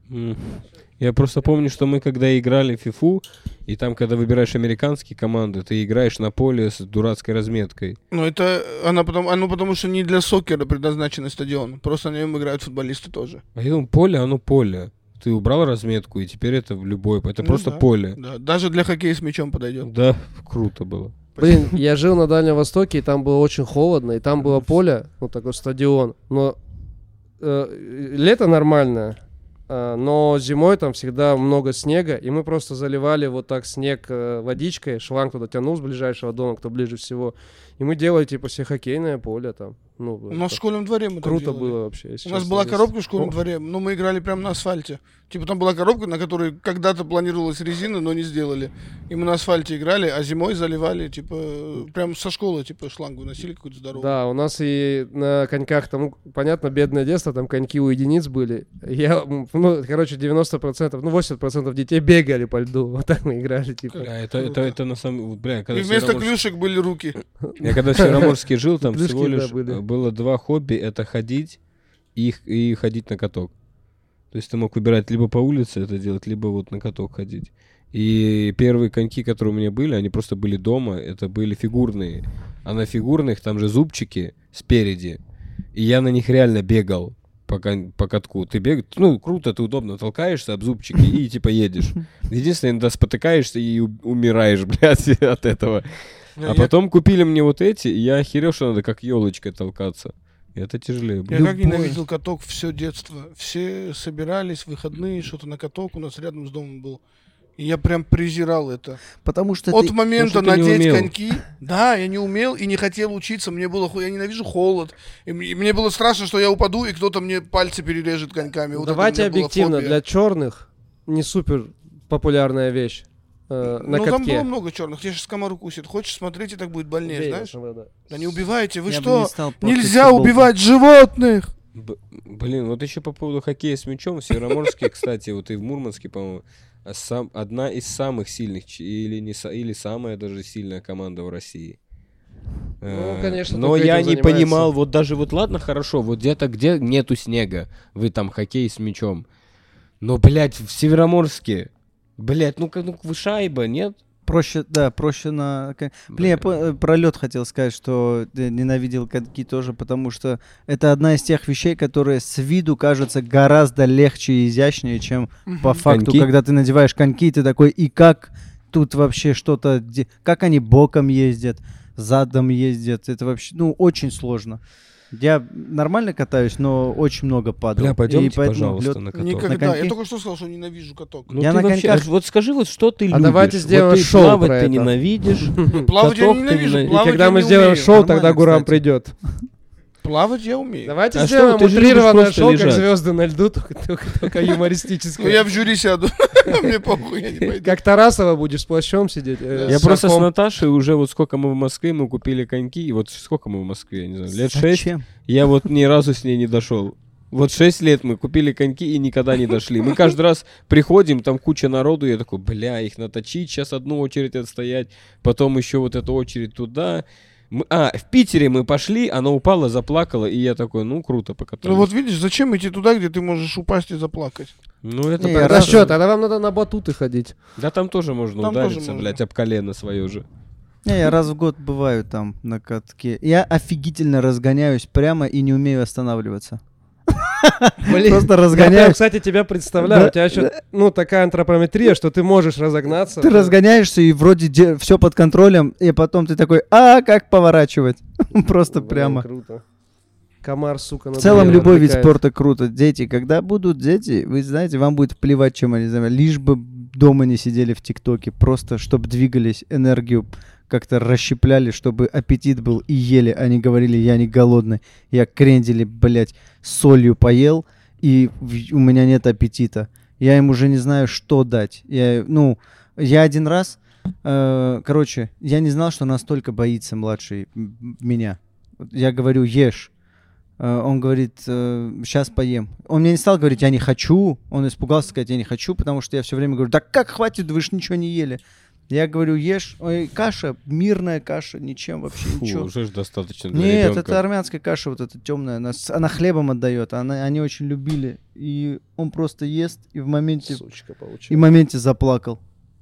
Я просто помню, что мы когда играли в фифу, и там, когда выбираешь американские команды, ты играешь на поле с дурацкой разметкой. Ну, это потому что не для сокера предназначен стадион. Просто на нем играют футболисты тоже. А я думаю, поле, оно поле. Ты убрал разметку, и теперь это в любой... Это Ну просто да. поле. Да, даже для хоккея с мячом подойдет. Да, круто было. Блин, я жил на Дальнем Востоке, и там было очень холодно, и там было поле, вот такой стадион. Но лето нормальное, но зимой там всегда много снега, и мы просто заливали вот так снег водичкой, шланг туда тянул с ближайшего дома, кто ближе всего, и мы делали типа себе хоккейное поле там. Ну, У нас в так школьном дворе мы так круто делали. было вообще. если У нас честно, была здесь. коробка в школьном О, дворе, но мы играли прямо на асфальте. Типа там была коробка, на которой когда-то планировалась резина, но не сделали. И мы на асфальте играли, а зимой заливали, типа, прям со школы, типа, шлангу носили какую-то здоровую. Да, у нас и на коньках там, ну, понятно, бедное детство, там коньки у единиц были. Я, ну, короче, 90%, ну, 80% детей бегали по льду. Вот так мы играли, типа. Бля, это на самом... Бля, И когда в вместо Североморске- клюшек были руки. Я когда в Североморске жил, там Плюшки, всего да, лишь были. было 2 хобби. Это ходить и ходить на каток. То есть ты мог выбирать либо по улице это делать, либо вот на каток ходить. И первые коньки, которые у меня были, они просто были дома, это были фигурные. А на фигурных там же зубчики спереди. И я на них реально бегал по катку. Ты бегаешь, ну, круто, ты удобно толкаешься об зубчики и типа едешь. Единственное, иногда спотыкаешься и умираешь, блядь, от этого. А потом купили мне вот эти, и я охерел, что надо как елочкой толкаться. И это тяжелее. Я блядь. как ненавидел каток все детство. Все собирались в выходные, что-то на каток у нас рядом с домом был. И я прям презирал это. Потому что От ты... момента потому что ты не надеть умел. коньки, да, я не умел и не хотел учиться. Мне было, я ненавижу холод. И мне было страшно, что я упаду, и кто-то мне пальцы перережет коньками. Вот это у Давайте меня была объективно, фобия. для черных не супер популярная вещь на Ну, там катке. было много черных. Тебя сейчас комар укусит. Хочешь смотреть, и так будет больнее, Веер, знаешь? да. Да не убивайте, вы Я бы что? не стал портить Нельзя футболку. убивать животных! Блин, вот еще по поводу хоккея с мячом. В Североморске, кстати, вот и в Мурманске, по-моему, одна из самых сильных, или самая даже сильная команда в России. Ну, конечно, Но только я этим не занимается. понимал, вот даже вот ладно, хорошо, вот где-то, где нету снега, вы там хоккей с мячом. Но, блядь, в Североморске, блядь, ну-ка, вы шайба, нет? Проще, да, проще на... Блин, я про лед хотел сказать, что ненавидел коньки тоже, потому что это одна из тех вещей, которые с виду кажутся гораздо легче и изящнее, чем по факту, Коньки? когда ты надеваешь коньки, ты такой, и как тут вообще что-то... Как они боком ездят, задом ездят, это вообще, ну, очень сложно. Я нормально катаюсь, но очень много падал. Бля, И пойдемте, поэтому пожалуйста, лёд- на каток. Никогда. коньки? Я только что сказал, что ненавижу каток. Ну, Я ты на вообще, коньках- вот скажи, вот что ты любишь. давайте сделаем вот ты шоу плавать про ты это. ненавидишь. Плавать я каток не ты ненавижу. ненавидишь. И Плавать когда я мы не сделаем умею. шоу, Нормально, тогда Гурам кстати. придет. Плавать я умею. Давайте А сделаем что, ты же любишь утрированное просто шоу, как лежать. звезды на льду, только Ну, юмористическое. я в жюри сяду. Мне похуй, я не пойду. Как Тарасова будешь с плащом сидеть. Я с просто с совком. Наташей уже вот сколько мы в Москве, мы купили коньки, и вот сколько мы в Москве, я не знаю, лет 6, Зачем? я вот ни разу с ней не дошел. Вот 6 лет мы купили коньки и никогда не дошли. Мы каждый раз приходим, там куча народу, я такой, бля, их наточить, сейчас одну очередь отстоять, потом еще вот эту очередь туда. В Питере мы пошли, она упала, заплакала, и я такой, ну, круто покатались. Ну вот видишь, зачем идти туда, где ты можешь упасть и заплакать? Ну, это Не, так. Тогда раз- что, тогда вам надо на батуты ходить. Да там тоже можно Там удариться, тоже можно. блядь, об колено свое же. Не, я раз в год бываю там на катке. Я офигительно разгоняюсь прямо и не умею останавливаться. Блин, Просто я прям, разгоняюсь. кстати, тебя представляю. Да. У тебя еще, ну, такая антропометрия, что ты можешь разогнаться. Ты разгоняешься и вроде все под контролем, и потом ты такой, как поворачивать? Просто Блин, прямо. Круто. Комар, сука, В целом надоело, любой вид отвлекает. спорта круто. Дети, когда будут дети, вы знаете, вам будет плевать, чем они занимаются. Лишь бы дома не сидели в ТикТоке, просто чтобы двигались, энергию как-то расщепляли, чтобы аппетит был и ели, а не говорили, я не голодный. Я крендели, блядь, солью поел, и у меня нет аппетита. Я им уже не знаю, что дать. Я один раз, я не знал, что настолько боится младший меня. Я говорю, ешь. Он говорит, сейчас поем. Он мне не стал говорить, я не хочу. Он испугался сказать, я не хочу, потому что я все время говорю, да как хватит, вы же ничего не ели. Я говорю, ешь, ой, каша, мирная каша, ничем вообще Фу, ничего. уже ж достаточно для Нет, ребенка. это армянская каша вот эта темная, она хлебом отдает, они очень любили. И он просто ест и в моменте Сучка И в получилась. моменте заплакал.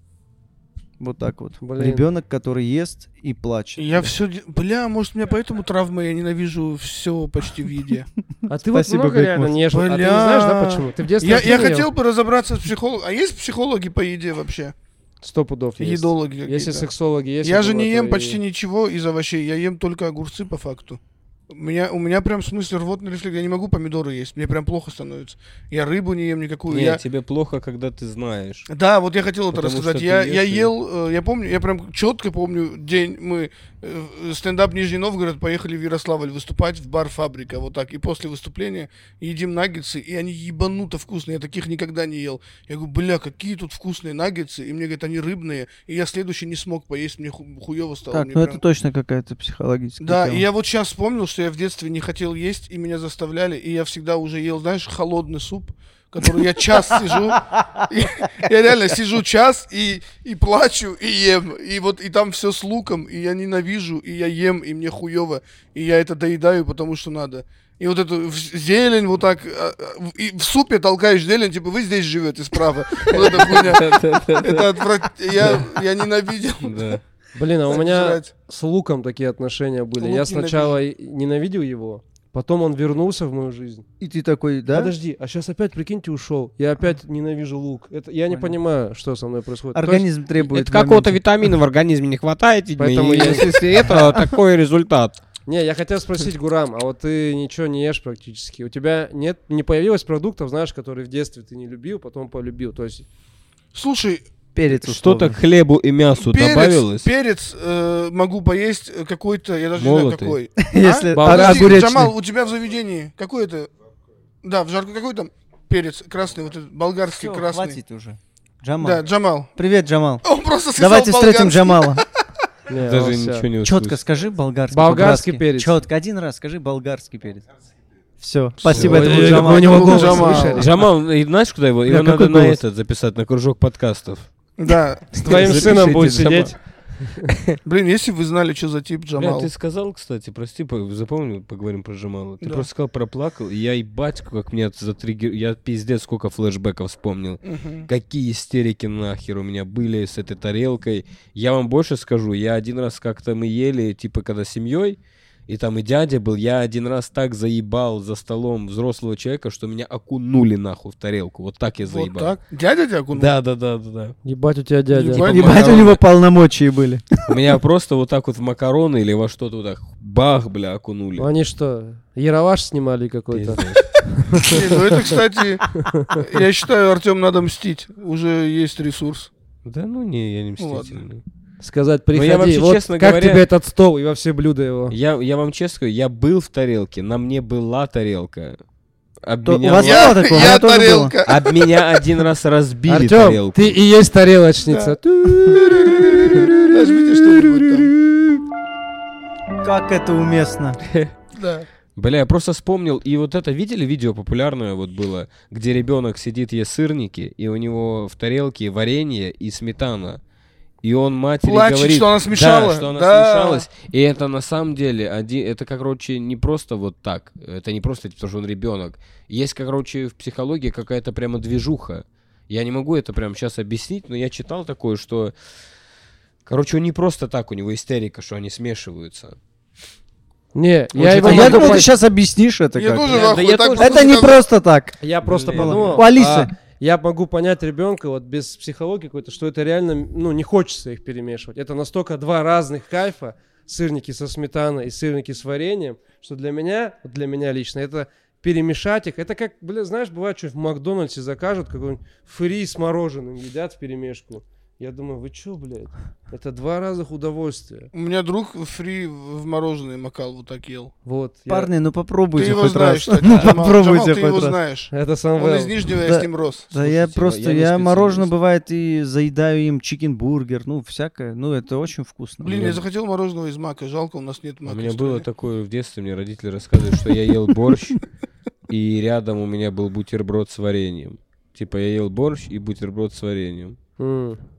Вот так вот. Блин. Ребенок, который ест и плачет. Я все... Бля, может, у меня поэтому травма, я ненавижу все почти в еде. А ты вот Спасибо, много Гайк реально Морс. не ешь. А ты не Бля. знаешь, да, почему? Ты в детстве Я вообще не ел? хотел бы разобраться с психологом. А есть психологи по еде вообще? 100 пудов есть. Едологи Есть какие-то? и сексологи, есть. Я и же не ем и- почти ничего из овощей, я ем только огурцы по факту. У меня прям в смысле рвотный рефлекс, я не могу помидоры есть, мне прям плохо становится. Я рыбу не ем никакую. Не, я... тебе плохо, когда ты знаешь. Да, вот я хотел это Потому рассказать. что Я ты ешь и- ел, я помню, я прям четко помню день, мы стендап Нижний Новгород, поехали в Ярославль выступать в бар «Фабрика», вот так. И после выступления едим наггетсы, и они ебануто вкусные, я таких никогда не ел. Я говорю, бля, какие тут вкусные наггетсы, и мне говорят, они рыбные, и я следующий не смог поесть, мне хуево стало. Так, мне ну прям- это точно какая-то психологическая Да, тема. и я вот сейчас вспомнил, что я в детстве не хотел есть, и меня заставляли, и я всегда уже ел, знаешь, холодный суп, который я час сижу, я реально сижу час и плачу, и ем, и вот, и там все с луком, и я ненавижу, и я ем, и мне хуево, и я это доедаю, потому что надо. И вот эту зелень вот так, и в супе толкаешь зелень, типа, вы здесь живете справа. Вот эта хуйня. Это отвратительно. Я ненавидел. Да. Блин, а у меня жрать. с луком такие отношения были. Лук Я сначала ненавидел его, потом он вернулся в мою жизнь. И ты такой, да? Подожди, а сейчас опять, прикиньте, ушел. Я опять ненавижу лук. Это, я не Понял. понимаю, что со мной происходит. То есть, Организм требует Это какого-то моменте. витамина в организме не хватает, видимо, Поэтому и я- если это такой результат. не, я хотел спросить, Гурам, а вот ты ничего не ешь практически. У тебя не появилось продуктов, знаешь, которые в детстве ты не любил, потом полюбил. То есть, Слушай, Перец Что-то условно. к хлебу и мясу добавилось? перец могу поесть какой-то, я даже не знаю Молотый. какой. Если Болгарский. Подожди, огуречный. Джамал, у тебя в заведении какой это? Да, в жарко какой там перец красный, вот этот болгарский Всё, красный. хватит уже. Джамал. Да, Джамал. Привет, Джамал. Он просто сказал Давайте встретим болгарский. Джамала. не, Даже он всё. ничего не Четко услышал. скажи болгарский. Болгарский перец. Четко, один раз скажи болгарский перец. Все, спасибо, Ой, это был ой, Джамал. у него Это был голос, Джамал. слышали? Джамал, и знаешь, куда его? Да, Его надо какой на голос? этот записать, на кружок подкастов. Да. С твоим Запишите, сыном будет Джамал. сидеть. Блин, если бы вы знали, что за тип Бля, Джамал. ты сказал, кстати, прости, запомнил, поговорим про Джамала. Ты Да. просто сказал, проплакал, и я, ебать, как меня затриггер... Я пиздец сколько флешбеков вспомнил. Мгм. Какие истерики нахер у меня были с этой тарелкой. Я вам больше скажу, я один раз как-то мы ели, типа, когда с семьей, и там и дядя был, я один раз так заебал за столом взрослого человека, что меня окунули нахуй в тарелку. Вот так я Вот заебал. так. Дядя тебя окунул? Да. Ебать, у тебя дядя. Ебать. Ебать, у него полномочия были. Меня просто вот так вот в макароны или во что-то вот так бах, бля, окунули. Ну, они что, Яроваш снимали какой-то? Пиздец. Не, ну это, кстати, я считаю, Артем, надо мстить. Уже есть ресурс. Да ну не, я не Ну, ладно. мстительный. Сказать, Ну, я приходи, вообще, вот честно как говоря- тебе этот стол и во все блюда его? Я вам честно скажу, я был в тарелке, на мне была тарелка. Об То- меня, у вас вот- было такое? У меня Я тоже было. тарелка. об меня один раз разбили Артем, тарелку. ты и есть тарелочница. Нажмите что-нибудь Как это уместно. там. Да. Бля, я просто вспомнил, и вот это, видели видео популярное вот было, где ребенок сидит, ест сырники, и у него в тарелке варенье и сметана. И он матери Плачет, говорит, что она смешала. Да, что она Да. смешалась. И это на самом деле, это, короче, не просто вот так. Это не просто, потому что он ребенок. Есть, короче, в психологии какая-то прямо движуха. Я не могу это прямо сейчас объяснить, но я читал такое, что... Короче, он не просто так, у него истерика, что они смешиваются. Не, Он я же его там Я могу думал, ты понять. сейчас объяснишь это Я как. тоже Да, нахуй. я так тоже. просто Это не сказал. просто так. Я просто Блин. подумал. У Алисы. Я могу понять ребенка вот без психологии какой-то, что это реально, ну, не хочется их перемешивать. Это настолько два разных кайфа, сырники со сметаной и сырники с вареньем, что для меня лично, это перемешать их. Это как, бля, знаешь, бывает, что в Макдональдсе закажут какой-нибудь фри с мороженым, едят в перемешку. Я думаю, вы чё, блядь? Это два разных удовольствия. У меня друг фри в мороженое макал, вот так ел. Вот. я- Парни, ну Ты попробуйте его хоть знаешь, раз. кстати, Ну Джамал. попробуйте Джамал, ты его хоть раз. знаешь. Это Он Самвел. из Нижнего, я Да. с ним рос. Да я Слушайте, просто, я не я мороженое специалист. бывает и заедаю им чикенбургер, ну всякое, ну это очень вкусно. Блин, я захотел мороженого из мака, жалко, у нас нет У мака. меня в было стране. такое в детстве, мне родители рассказывали, что я ел борщ, и рядом у меня был бутерброд с вареньем. Типа я ел борщ и бутерброд с вареньем.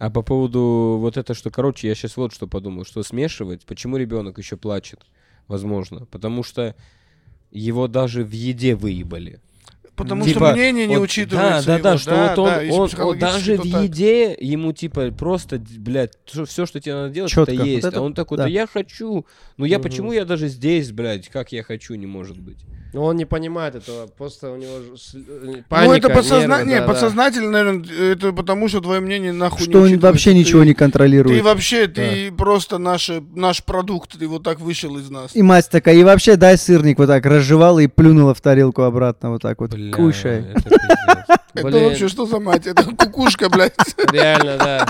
А по поводу вот это, что, короче, я сейчас вот что подумал, что смешивать, почему ребенок еще плачет, возможно, потому что его даже в еде выебали. Потому Типа, что мнение не вот, учитывается. да, что вот если он психологически, даже то в так. еде ему типа просто, блядь, все, что тебе надо делать, Чётко. это есть. Вот это- А он такой, да. да я хочу. Ну я Мгм. почему я даже здесь, блядь, как я хочу, не может быть. Но он не понимает этого, просто у него Ну, это паника, нервы, не, да. подсознательно, наверное, это потому, что твое мнение нахуй Что он учитывается. вообще ничего не контролирует. Ты вообще, ты просто наш продукт, ты вот так вышел из нас. И мать такая, и вообще дай сырник, вот так разжевала и плюнула в тарелку обратно, вот так вот. Бля, Кушай. это пиздец. Это Блин. вообще что за мать? Это кукушка, блядь. Реально, да.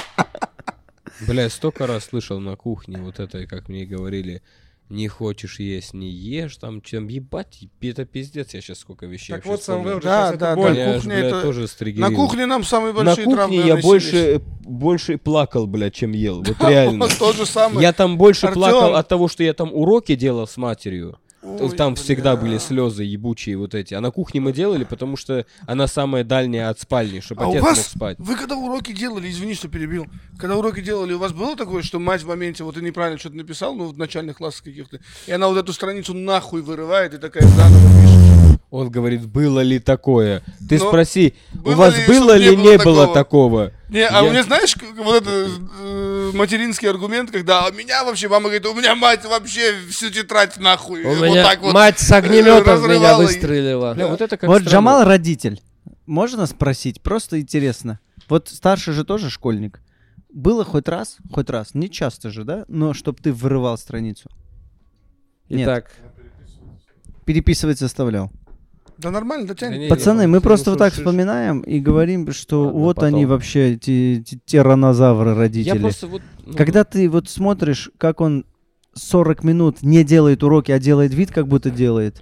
Бля, столько раз слышал на кухне вот это, как мне говорили, не хочешь есть, не ешь, там, чем ебать, это пиздец, я сейчас сколько вещей Так вообще вот, сам вспомнил. уже Да, сейчас да, это да. боль. Меня аж, кухня бля, это- тоже На стригерило. кухне нам самые На большие травмы, кухне я наверное, больше плакал, блядь, чем ел, вот реально. То же самое. Я там больше Артём. плакал от того, что я там уроки делал с матерью. Ой, Там бля. всегда были слезы ебучие вот эти. А на кухне мы делали, потому что она самая дальняя от спальни, чтобы А у отец мог вас, спать. вы когда уроки делали, извини, что перебил, когда уроки делали, у вас было такое, что мать в моменте, вот ты неправильно что-то написал, ну, в начальных классах каких-то, и она вот эту страницу нахуй вырывает и такая заново пишет. Он говорит, было ли такое? Ты Но спроси, у было вас ли, было чтоб ли не было такого? Не, а Я- у меня, знаешь, вот это материнский аргумент, когда меня вообще, мама говорит, у меня мать вообще всю тетрадь нахуй. У вот меня так вот. мать с огнемета в меня разрывала и- выстрелила. Бля, вот это как Вот странно. Джамал родитель. Можно спросить? Просто интересно. Вот старший же тоже школьник. Было хоть раз, не часто же, да? Но чтоб ты вырывал страницу. Нет. Итак, Переписывать заставлял. Да нормально, Да дотянет. не, Пацаны, мы ты просто вот так шуршишь. вспоминаем и говорим, что Ладно, вот они потом. вообще, эти тиранозавры Я родители. просто вот... ну, Когда ты вот смотришь, как он 40 минут не делает уроки, а делает вид, как будто делает,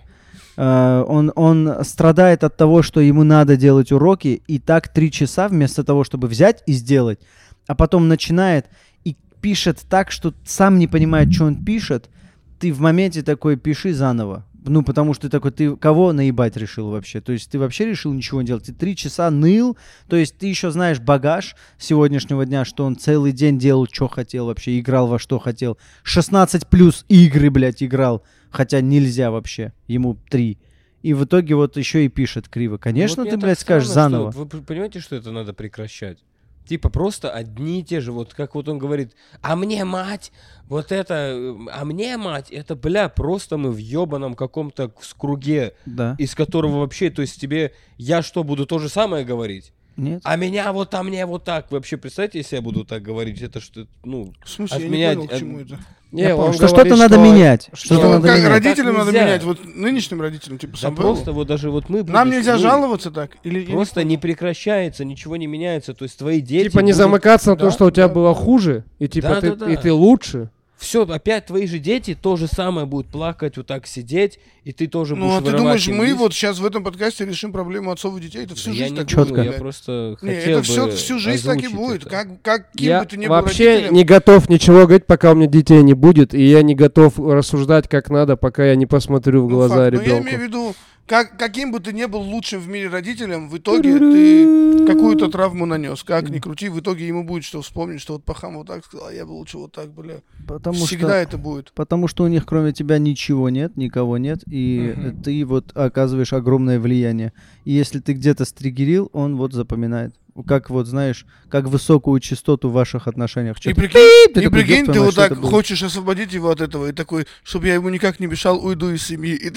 он страдает от того, что ему надо делать уроки, и так 3 часа вместо того, чтобы взять и сделать, а потом начинает и пишет так, что сам не понимает, что он пишет, ты в моменте такой пиши заново. Ну, потому что ты такой, ты кого наебать решил вообще? То есть ты вообще решил ничего не делать? Ты 3 часа ныл, то есть ты еще знаешь багаж сегодняшнего дня, что он целый день делал, что хотел вообще, играл во что хотел. 16 плюс игры, блядь, играл, хотя нельзя вообще, ему 3. И в итоге вот еще и пишет криво. Конечно, вот ты, мне блядь, так скажешь странно, заново. что- Вы понимаете, что это надо прекращать? Типа просто одни и те же, вот как вот он говорит, а мне мать, вот это, а мне мать, это, бля, просто мы в ебаном каком-то круге, Да. из которого вообще, то есть тебе, я что, буду то же самое говорить? Нет? А меня вот, а мне вот так. Вообще, представьте, если я буду так говорить, это что, ну... В смысле, От я меня- не понял, к чему это. не, Я понял, он что говорит, что-то надо менять. что- Что-то Ну, надо как менять. родителям Так надо нельзя. менять, вот нынешним родителям, типа, Да сам просто вот даже вот мы... Нам будешь, нельзя ну, жаловаться так? Или я не Просто понял. не прекращается, ничего не меняется. То есть твои дети... Типа не замыкаться на то, Да, что у тебя да. было хуже, и типа Да, ты, да, да. и ты лучше. Все, опять твои же дети то же самое будут плакать, вот так сидеть, и ты тоже Ну, будешь а ты вырывать думаешь, им мы лист? вот сейчас в этом подкасте решим проблему отцов и детей? Это всю Да я жизнь не так думаю, будет, я блядь. просто Не, хотел это все, бы всю жизнь так и озвучить будет. это. Каким Я бы ты ни был вообще родителем. не готов ничего говорить, пока у меня детей не будет, и я не готов рассуждать как надо, пока я не посмотрю в Ну, глаза факт. Но я ребенку. имею в виду, каким бы ты ни был лучшим в мире родителем, в итоге ты какую-то травму нанес. Как ни крути, в итоге ему будет что вспомнить, что вот Пахам вот так сказал, а я бы лучше вот так, бля. Потому Всегда что... это будет. Потому что у них кроме тебя ничего нет, никого нет, и ты вот оказываешь огромное влияние. И если ты где-то стригерил, он вот запоминает. Как вот, знаешь, как высокую частоту в ваших отношениях. И Чё-то прикинь, ты и такой, прикинь, «Ёб ты твою вот мать, что так это было?» хочешь освободить его от этого, и такой, чтобы я ему никак не мешал, уйду из семьи. И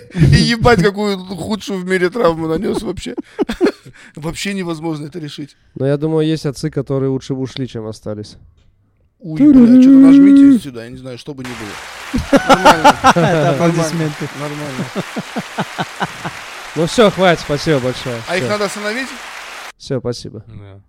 ебать, какую худшую в мире травму нанес вообще. Вообще невозможно это решить. Но я думаю, есть отцы, которые лучше бы ушли, чем остались. Ой, бля, что-то нажмите сюда, я не знаю, что бы ни было. Нормально. Это аплодисменты. Нормально. Ну все, хватит, спасибо большое. А их надо остановить? Все, спасибо. Да.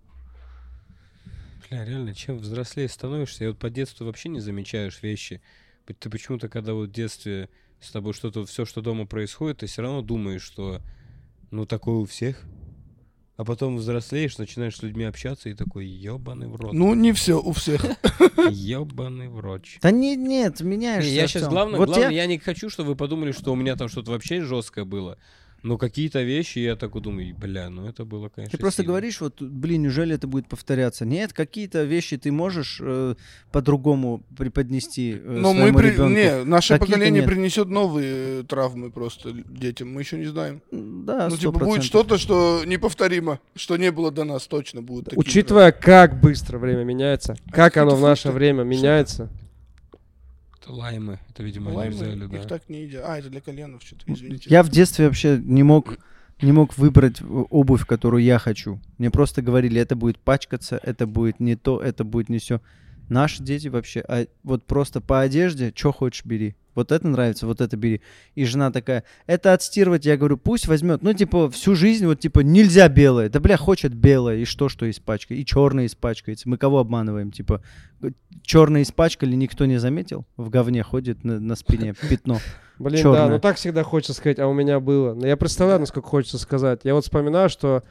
Бля, реально, чем взрослее становишься, я вот по детству вообще не замечаешь вещи. Ты почему-то, когда вот в детстве с тобой что-то, все, что дома происходит, ты все равно думаешь, что ну такое у всех. А потом взрослеешь, начинаешь с людьми общаться и такой, ебаный в рот. Ну, не все у всех. Ебаный в рот. Да нет, меняешься. Я сейчас, Артём. главное, Вот я не хочу, чтобы вы подумали, что у меня там что-то вообще жесткое было. Но какие-то вещи я так думаю, бля, ну это было, конечно, Ты просто сильно. говоришь, вот, блин, неужели это будет повторяться? Нет, какие-то вещи ты можешь по-другому преподнести Но мы своему ребенку. наше Какие-то поколение нет. принесет новые травмы просто детям. Мы еще не знаем. Да, Ну, 100%. типа, будет что-то, что неповторимо, что не было до нас, точно будет. такие Учитывая, как быстро время меняется, как какие-то оно в наше фрукты? время меняется. Это лаймы, это, видимо, травмы. они Лаймы, взяли, да. их так не едят. А, это для коленов что-то, извините. Я в детстве вообще не мог выбрать обувь, которую я хочу. Мне просто говорили, это будет пачкаться, это будет не то, это будет не все. Наши дети вообще, вот просто по одежде, что хочешь бери. Вот это нравится, вот это бери. И жена такая, это отстирывать, я говорю, пусть возьмет. Ну, типа, всю жизнь, вот, типа, нельзя белое. Да, бля, хочет белое, и что испачкает? И черное испачкается. Мы кого обманываем? Типа, черное испачкали, никто не заметил? В говне ходит на спине пятно. Блин, Чёрная. да, ну так всегда хочется сказать, а у меня было. Но я представляю, насколько хочется сказать. Я вот вспоминаю, что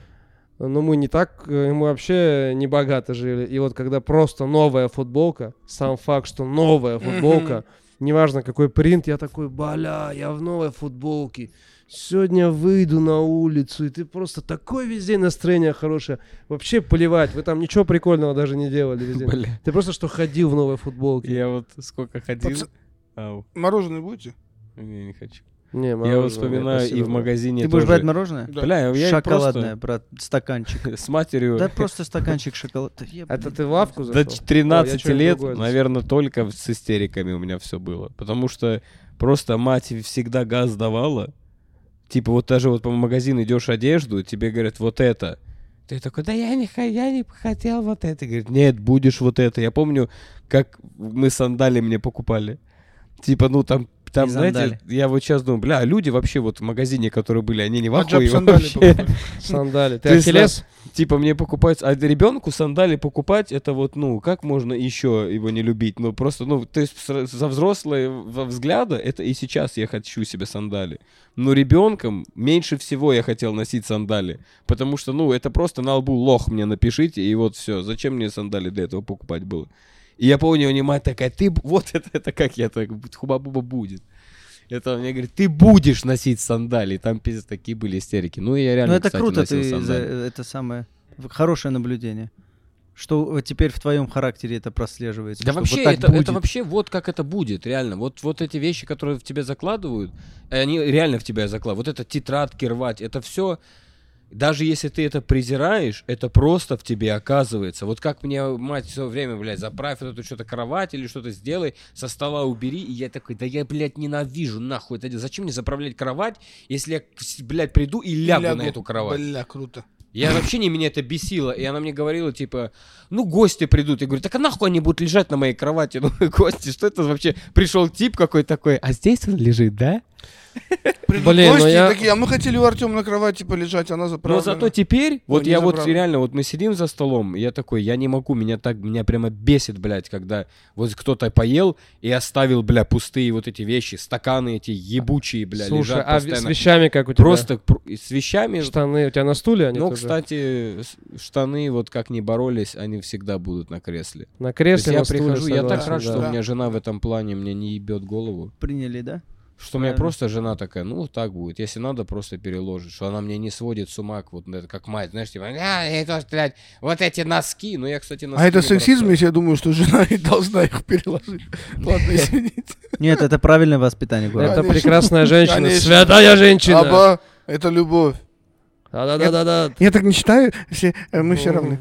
мы не так, мы вообще не богато жили. И вот когда просто новая футболка, сам факт, что новая футболка, неважно какой принт, я такой, бля, я в новой футболке. Сегодня выйду на улицу, и ты просто такой весь день настроение хорошее. Вообще плевать, вы там ничего прикольного даже не делали весь день. Бля, Ты просто что ходил в новой футболке. я вот сколько ходил. Пац- Ау, Мороженое будете? я не хочу. Не, Я мороженое, вот вспоминаю спасибо, и в да. магазине Ты будешь тоже. брать мороженое? Да. Бля, я Шоколадное, брат, стаканчик. просто с матерью Да просто стаканчик шоколада. Это ты в лавку до зашел? 13 О, я что-нибудь лет, другое наверное, только с истериками у меня все было. Потому что просто мать всегда газ давала. Типа вот даже вот по магазину идешь одежду, тебе говорят вот это. Ты такой, да я не хотел вот это. Говорит, нет, будешь вот это. Я помню, как мы сандали мне покупали. Типа, ну там, И знаете, сандали. я вот сейчас думаю, бля, люди вообще вот в магазине, которые были, они не в Аджаб ахуе сандали вообще. покупали. Сандали. Ты То есть, Ахиллес? Типа мне покупают, а ребенку сандали покупать, это вот, ну, как можно еще его не любить? Ну, просто, ну, то есть за взрослого взгляда, это и сейчас я хочу себе сандали. Но ребенком меньше всего я хотел носить сандали, потому что, ну, это просто на лбу лох мне напишите, и вот все. Зачем мне сандали для этого покупать было? И я помню, у нее мать такая, ты, вот это как я так, хуба-буба будет. Это мне говорит, ты будешь носить сандали. Там пиздец такие были истерики. Ну, и я реально, Ну это кстати, круто, носил ты сандали. это самое хорошее наблюдение. Что теперь в твоем характере это прослеживается. Да что вообще, вот так это будет. вообще вот как это будет, реально. Вот эти вещи, которые в тебя закладывают, они реально в тебя закладывают. Вот это тетрадки рвать, это все, даже если ты это презираешь, это просто в тебе оказывается. Вот как мне мать все время, блядь, заправь вот эту что-то кровать или что-то сделай, со стола убери, и я такой, да я, блядь, ненавижу, нахуй это. Зачем мне заправлять кровать, если я, блядь, приду и лягу на эту кровать? Бля, круто. Я вообще не, меня это бесило. И она мне говорила, типа, ну, гости придут. Я говорю, так а нахуй они будут лежать на моей кровати? Ну, гости, что это вообще? Пришел тип какой-то такой, а здесь он лежит, да? Придут Блин, ну гости и я- такие, а мы хотели у Артема на кровати полежать, она Но заправлена. зато теперь, вот не я вот заправлен. реально, вот мы сидим за столом, и я такой, я не могу, меня прямо бесит, блядь, когда вот кто-то поел и оставил, бля, пустые вот эти вещи, стаканы эти ебучие, бля, Слушай, лежат а с постоянно. вещами как у тебя? Просто с вещами. Штаны у тебя на стуле они Ну, тоже? кстати, штаны, вот как ни боролись, они всегда будут на кресле. На То есть кресле, я на стуле, прихожу, я так согласен, рад, что да. у меня жена в этом плане мне не ебет голову. Приняли, да? Что у меня Правильно. просто жена такая, ну, так будет. Если надо, просто переложит. Что она мне не сводит с ума, вот это как мать, знаешь, типа, это, блядь, вот эти носки. Ну, я, кстати, носки А это не сексизм, бросаю. если я думаю, что жена и должна их переложить. Ладно, извините. Нет, это правильное воспитание, Гурам. Это Конечно. прекрасная женщина, Конечно. святая женщина. Аба, это любовь. Да-да-да-да. Я так не считаю, мы все равны.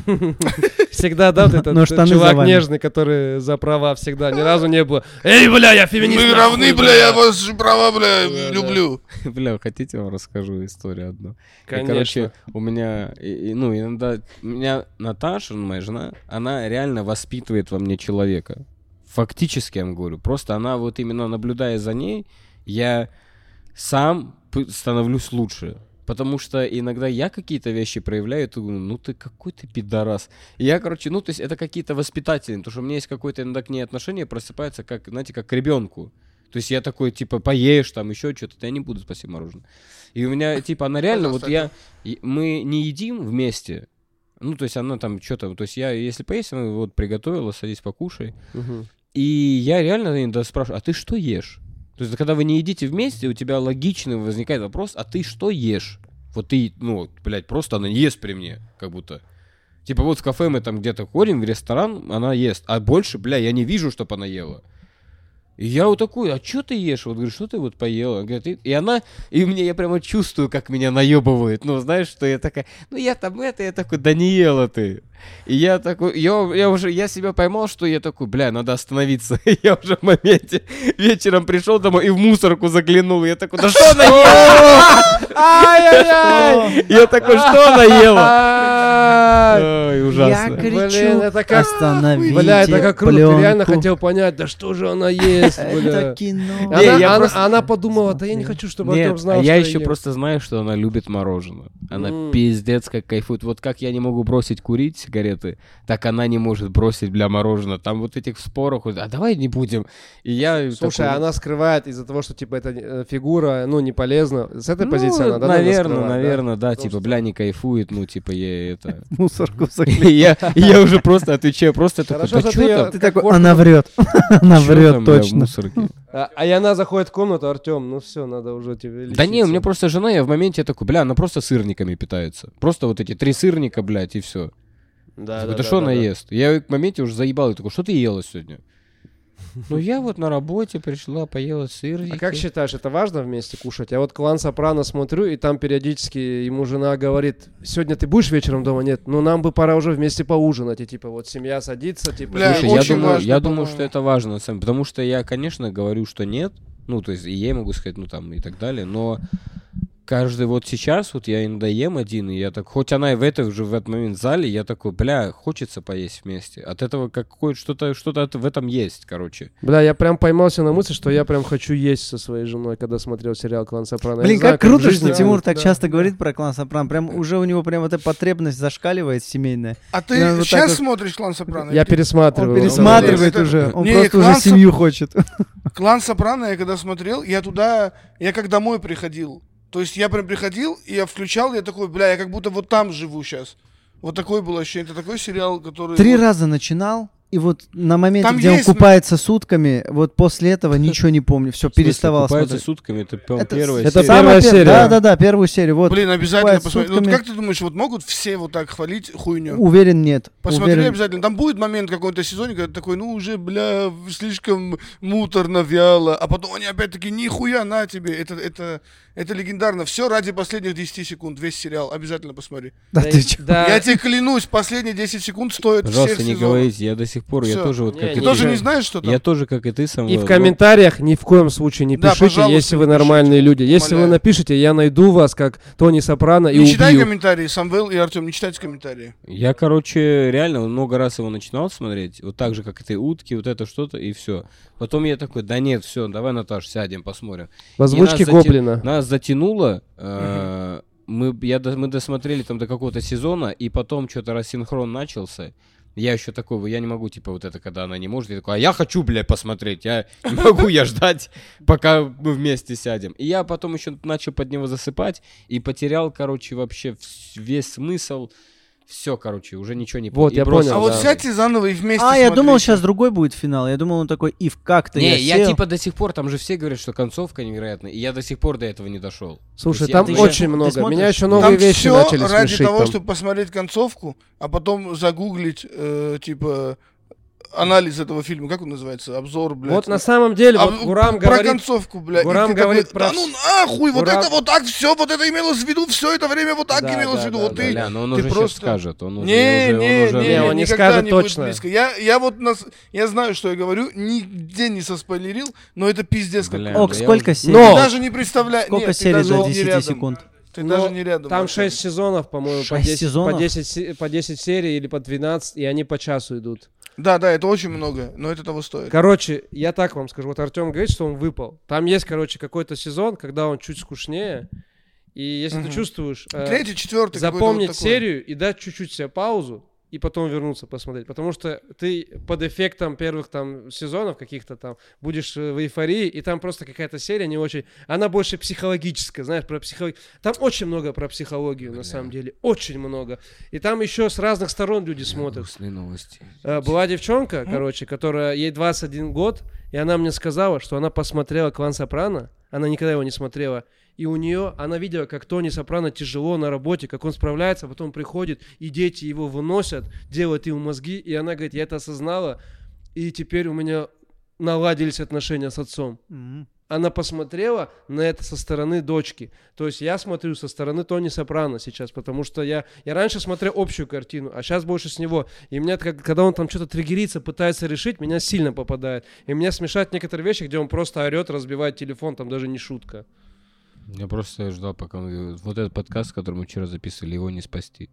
Всегда, да, вот этот Но штаны за чувак вами. нежный, который за права всегда, ни разу не было. Эй, бля, я феминист. Мы нахуй, равны, бля, я вас права, бля, люблю. Бля, вы хотите, я вам расскажу историю одну? И, Конечно. короче, у меня, ну, иногда, у меня Наташа, моя жена, она реально воспитывает во мне человека. Фактически, я вам говорю. Просто она вот именно наблюдая за ней, я сам становлюсь лучше. Потому что иногда я какие-то вещи проявляю, и ты думаю, ну ты какой ты пидорас. И я, короче, ну то есть это какие-то воспитательные, потому что у меня есть какое-то иногда к ней отношение, просыпается как, знаете, как к ребенку. То есть я такой, типа, поешь там, еще что-то, я не буду, спасибо, мороженое. И у меня, типа, она реально, вот мы не едим вместе, ну то есть она там что-то, то есть я, если поесть, она вот приготовила, садись покушай. Мгм. И я реально иногда спрашиваю, а ты что ешь? То есть, когда вы не едите вместе, у тебя логично возникает вопрос, а ты что ешь? Вот ты, просто она ест при мне, как будто. Типа вот в кафе мы там где-то ходим, в ресторан, она ест. А больше, я не вижу, чтобы она ела. И я вот такой, а что ты ешь? Вот говорю, что ты вот поела? Говорит, я прямо чувствую, как меня наебывает. Ну, знаешь, что я такая, я такой, да не ела ты. И я такой, я себя поймал, что я такой, надо остановиться. Я уже в моменте вечером пришел домой и в мусорку заглянул. Я такой, да что она ела? Ай-яй-яй! Я такой, что она ела? Ой, ужасно. Я кричу, это как... остановите это как круто. Ты пленку. реально хотел понять, да что же она ест, Это кино. Она подумала, да я не хочу, чтобы Артём знал, а что я я еще ем. просто знаю, что она любит мороженое. Она пиздец как кайфует. Вот как я не могу бросить курить сигареты, так она не может бросить, мороженое. Там вот этих спорах, а давай не будем. И я Слушай, такой, она скрывает из-за того, что, типа, эта фигура, не полезна. С этой позиции она, да, наверное, да, Потому типа, что- не кайфует, я это... Мусорку Я уже просто отвечаю, просто такой, Хорошо, да что что ты там? Ты такой, корпус- она врет. Она Чё врет там, бля, в точно. мусорке? А Яна заходит в комнату, Артем, все, надо уже тебе Да не, у меня лечиться. просто жена, я в моменте такой, она просто сырниками питается. Просто вот эти 3 сырника, и все. Да, Это что она ест? Я в моменте уже заебал, я такой, что ты ела сегодня? Я вот на работе пришла, поела сырники. А как считаешь, это важно вместе кушать? Я вот «Клан Сопрано» смотрю, и там периодически ему жена говорит, сегодня ты будешь вечером дома? Нет, нам бы пора уже вместе поужинать. И типа вот семья садится, типа... Бля, Слушай, очень важно, я думаю, по-моему. что это важно, на самом деле, потому что я, конечно, говорю, что нет, то есть и ей могу сказать, и так далее, но каждый вот сейчас, я иногда ем один, и я так, хоть она и в этот момент в зале, я такой, хочется поесть вместе. От этого что-то в этом есть, короче. Бля, я прям поймался на мысли, что я прям хочу есть со своей женой, когда смотрел сериал «Клан Сопрано». Я Блин, не знаю, как круто, в жизни что Тимур будет. так да. часто говорит про клан Сопрано. Прям уже у него прям эта потребность зашкаливает семейная. А Я ты вот так сейчас вот- смотришь «Клан Сопрано»? Я Или пересматриваю. Он пересматривает это- уже. Он Не, просто уже клан семью хочет. «Клан Сопрано» я когда смотрел, я как домой приходил. То есть я прям приходил, и я включал, я такой, я как будто вот там живу сейчас. Вот такое было ощущение. Это такой сериал, который... 3 раза начинал, и вот на моменте, Там где он есть- купается сутками, вот после этого ничего не помню. Все, переставал Купается смотреть. сутками, это, по-моему, Это первая это серия. первая серия. Да, первую серию. Вот. Блин, обязательно Бывает посмотреть. сутками. Как ты думаешь, вот могут все вот так хвалить хуйню? Уверен, нет. Посмотри Уверен. обязательно. Там будет момент в каком-то сезоне, когда ты такой, уже, слишком муторно, вяло. А потом они опять таки, нихуя на тебе. Это легендарно. Все ради последних 10 секунд. Весь сериал. Обязательно посмотри. Да ты чё? Я тебе клянусь, последние 10 секунд стоят Пожалуйста, всех не сезонов. говорите, я до сих пор, я Всё. тоже вот Не, как Ты не тоже знаю. не знаешь, что там? Я тоже, как и ты, Самвел. И в комментариях ни в коем случае не Да, пишите, пожалуйста, если не вы пишите, нормальные люди. Если вы умоляю. напишите, я найду вас, как Тони Сопрано, и Не читай убью. комментарии, Самвел и Артем, не читайте комментарии. Я, реально много раз его начинал смотреть, вот так же, как и ты, утки, вот это что-то, и все. Потом я такой, да нет, все, давай, Наташ, сядем, посмотрим. В озвучке И нас Гоблина. Нас затянуло, мы досмотрели там до какого-то сезона, и потом что-то рассинхрон начался. Я еще такой, я не могу, вот это, когда она не может, я такой, а я хочу, посмотреть, я не могу я ждать, пока мы вместе сядем. И я потом еще начал под него засыпать, и потерял, вообще весь смысл. Все, уже ничего не Вот, и я бросил. понял, А вот да. сядьте заново и вместе А, я думал, смотрите. сейчас другой будет финал. Я думал, он такой, Ив, как-то Не, я я сел. до сих пор, там же все говорят, что концовка невероятная, и я до сих пор до этого не дошел. Слушай, То там есть очень ты много. смотришь? Меня еще Там новые вещи все начали ради смешить. того, там. чтобы посмотреть концовку, а потом загуглить, анализ этого фильма, как он называется? Обзор, блядь. Вот на самом деле, вот Гурам про говорит... концовку, блядь. Гурам И ты такой, говорит про да ну нахуй, вот Гурам- это вот так, все, вот это имелось в виду, все это время вот так Да, имелось в да, виду. да, Вот да, ты, Бля, но он ты уже просто... сейчас скажет. Он уже, Не, он уже- Не, он не никогда скажет не будет точно. близко. Я вот я знаю, что я говорю, нигде не соспойлерил, но это пиздец как. Бля, Ок, да я сколько уже- серий? Но- Ты даже не представляешь. Сколько Нет, ты серий даже до не 10 рядом. секунд? Ты Но даже не рядом. Там вообще. 6 сезонов, по-моему, по 6 10, сезонов? по 10 серий или по 12, и они по часу идут. Да, это очень много, но это того стоит. Короче, я так вам скажу. Вот Артем говорит, что он выпал. Там есть, какой-то сезон, когда он чуть скучнее. И если ты чувствуешь... Третий, четвертый. запомнить какой-то вот такой. серию и дать чуть-чуть себе паузу, и потом вернуться посмотреть. Потому что ты под эффектом первых там сезонов каких-то там будешь в эйфории, и там просто какая-то серия не очень... Она больше психологическая, знаешь, про психологию. Там очень много про психологию, на самом деле. Очень много. И там еще с разных сторон люди смотрят. Грустные новости. Была девчонка, короче, которая... Ей 21 год, и она мне сказала, что она посмотрела «Клан Сопрано». Она никогда его не смотрела. И у нее, она видела, как Тони Сопрано тяжело на работе, как он справляется, а потом приходит, и дети его выносят, делают ему мозги, и она говорит, я это осознала, и теперь у меня наладились отношения с отцом. Она посмотрела на это со стороны дочки. То есть я смотрю со стороны Тони Сопрано сейчас, потому что я раньше смотрел общую картину, а сейчас больше с него. И меня, когда он там что-то триггерится, пытается решить, меня сильно попадает. И меня смешают некоторые вещи, где он просто орет, разбивает телефон, там даже не шутка. Я просто ждал, пока вот этот подкаст, который мы вчера записывали, его не спасти.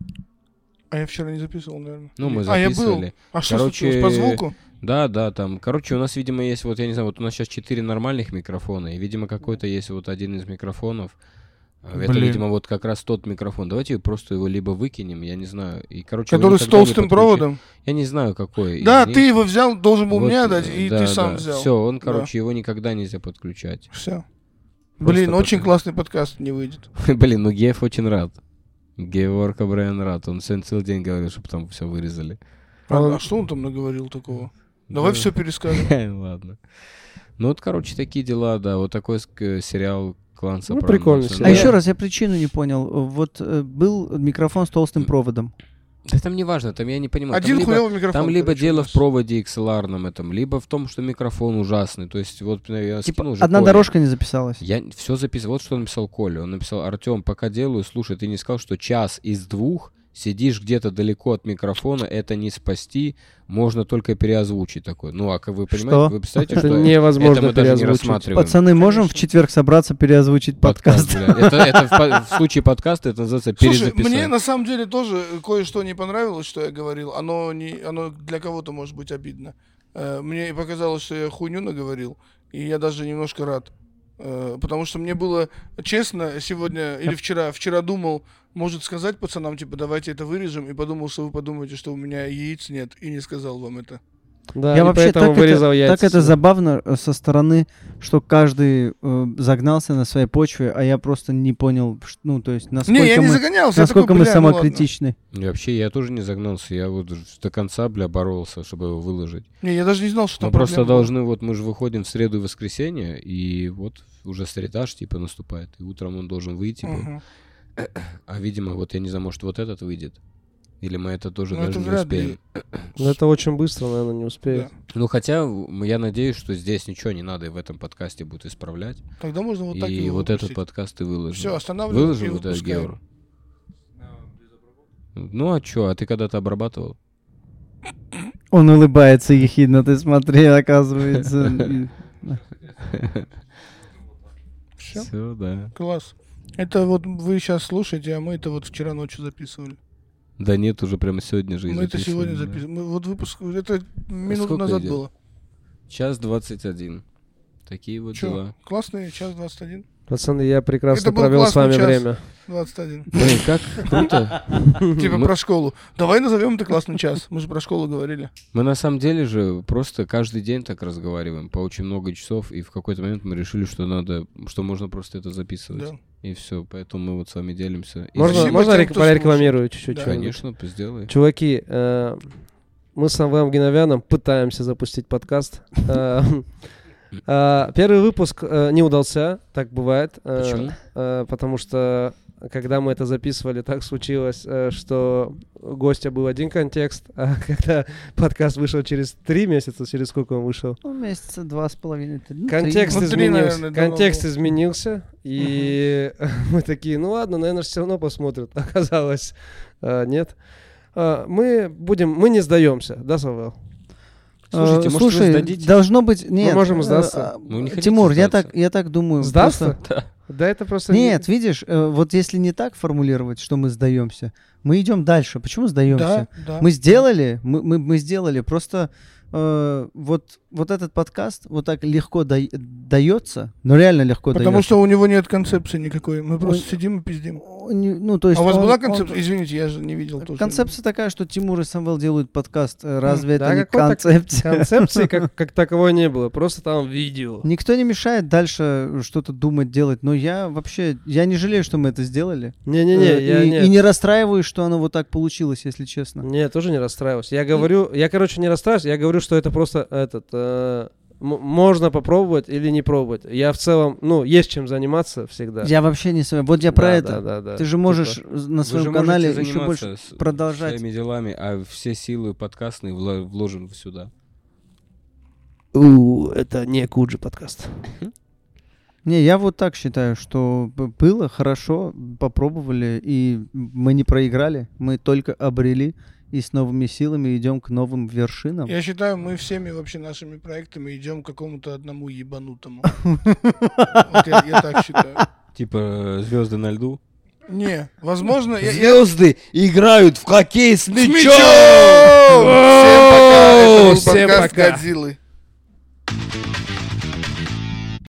А я вчера не записывал, наверное. Ну, мы записывали. Я был. А что случилось, по звуку? Да, там, короче, у нас, видимо, есть, вот, я не знаю, вот у нас сейчас 4 нормальных микрофона, и, видимо, какой-то есть вот один из микрофонов. Это, видимо, вот как раз тот микрофон. Давайте просто его либо выкинем, я не знаю. И, короче, который с толстым проводом? Я не знаю, какой. Да, ты его взял, должен был мне дать, и ты сам взял. Все, он, короче, его никогда нельзя подключать. Все. Блин, очень классный подкаст не выйдет. Блин, ну Геев очень рад. Геворка Брайан рад. Он сегодня целый день говорил, чтобы там все вырезали. А что он там наговорил такого? Давай все перескажем. Ладно. Ну вот, короче, такие дела, да. Вот такой сериал «Клан Сопрано». Ну, прикольный сериал. А еще раз, я причину не понял. Вот был микрофон с толстым проводом. Да там не важно, там я не понимаю. Один хуёвый микрофон. Там либо дело в проводе XLR-ном этом, либо в том, что микрофон ужасный. То есть вот я скинул уже одна Коле. дорожка не записалась. Я все записывал. Вот что он написал Коля. Он написал: Артём, пока делаю, слушай, ты не сказал, что час из 2 сидишь где-то далеко от микрофона, это не спасти, можно только переозвучить такое. Ну, а как вы понимаете, Что? вы представляете, Это что невозможно это мы даже не переозвучить. рассматриваем. Пацаны, можем в четверг собраться переозвучить подкаст? Бля. Это в случае подкаста это называется Слушай, перезаписать. мне на самом деле тоже кое-что не понравилось, что я говорил. Оно для кого-то может быть обидно. Мне показалось, что я хуйню наговорил, и я даже немножко рад. Потому что мне было честно сегодня или вчера думал, может сказать пацанам, типа, давайте это вырежем, и подумал, что вы подумаете, что у меня яиц нет, и не сказал вам это. Да, Я и вообще поэтому вырезал яйца. так это забавно со стороны, что каждый загнался на своей почве, а я просто не понял, ну, то есть, насколько Не, я не загонялся. насколько я такой, мы бля, ну ладно. самокритичны. И вообще, я тоже не загнался, я вот до конца, боролся, чтобы его выложить. Не, я даже не знал, что Мы там просто проблема была. должны, вот мы же выходим в среду и воскресенье, и вот уже среда ж, типа, наступает, и утром он должен выйти. Мгм. А, видимо, вот я не знаю, может, вот этот выйдет. Или мы это тоже Ну, даже это не вряд ли. успеем. Но это очень быстро, наверное, не успеет. Да. Ну, хотя, я надеюсь, что здесь ничего не надо и в этом подкасте будет исправлять. Тогда можно вот так И его вот этот выпустить. подкаст ты выложил. Все, останавливаем и Выложил вот этот выпускаем. Геор? Ну, а чё, а ты когда-то обрабатывал? Он улыбается ехидно, ты смотри, оказывается. Все, Все, да. класс. Это вот вы сейчас слушаете, а мы это вот вчера ночью записывали. Да нет, уже прямо сегодня же и Мы это сегодня да. записывали. Вот выпуск, это минуту сколько назад идет? было. 1:21. Такие вот Че, дела. классный час 21? Пацаны, я прекрасно Это был провел с классный вами час. время. 21. Блин, как круто. Типа Мы- про школу. Давай назовем это классный час. Мы же про школу говорили. Мы на самом деле же просто каждый день так разговариваем по очень много часов, и в какой-то момент мы решили, что можно просто это записывать. Да. И все, поэтому мы вот с вами делимся. И Можно, Спасибо можно тем, кто порекламирую чуть-чуть? Да. что-нибудь? Конечно, сделай. Чуваки, мы с Самвелом Геновяном пытаемся запустить подкаст. Первый выпуск не удался, так бывает. Почему? Потому что, когда мы это записывали, так случилось, что у гостя был один контекст, а когда подкаст вышел через 3 месяца, через сколько он вышел? Ну, месяца 2,5-3. Ну, Контекст Ну, 3, изменился. наверное, давно Контекст было. изменился, и мы такие, ну ладно, наверное, все равно посмотрят. Оказалось, нет. Мы не сдаемся, да, Савел? Слушайте, может, вы Слушай, сдадитесь? должно быть... Нет, можем сдаться. Ну, не хотите Тимур, сдаться? я так думаю. Сдаться? просто- Да, это просто... Нет, видишь, вот если не так формулировать, что мы сдаемся, Мы идем дальше. Почему сдаемся? Да. Мы сделали, мы сделали. Просто вот этот подкаст вот так легко дается, но реально легко дается. Потому что у него нет концепции никакой. Мы просто сидим и пиздим. Ну, то есть А у вас была концепция? Извините, я же не видел тоже. Концепция такая, что Тимур и Самвел делают подкаст. Разве это Да, не какой-то концепция? Концепции как таковой не было, просто там видео. Никто не мешает дальше что-то думать, делать. Но я не жалею, что мы это сделали. Не-не-не, я И не расстраиваюсь, что оно вот так получилось, если честно. Не, тоже не расстраиваюсь. Я говорю, не расстраиваюсь, я говорю, что это просто можно попробовать или не пробовать. Я в целом, есть чем заниматься всегда. Я вообще не знаю. Вот я про это. Да. Ты же можешь на Вы своем же канале можете еще больше заниматься продолжать. своими делами, а все силы подкастные вложены сюда. Это не Куджи подкаст. Не, я вот так считаю, что было хорошо, попробовали, и мы не проиграли, мы только обрели, и с новыми силами идем к новым вершинам. Я считаю, мы всеми вообще нашими проектами идем к какому-то одному ебанутому. Вот я так считаю. Типа звезды на льду. Не, возможно... Звезды играют в хоккей с С мячом! Всем пока! Это был Всем подкаст пока. Годзиллы.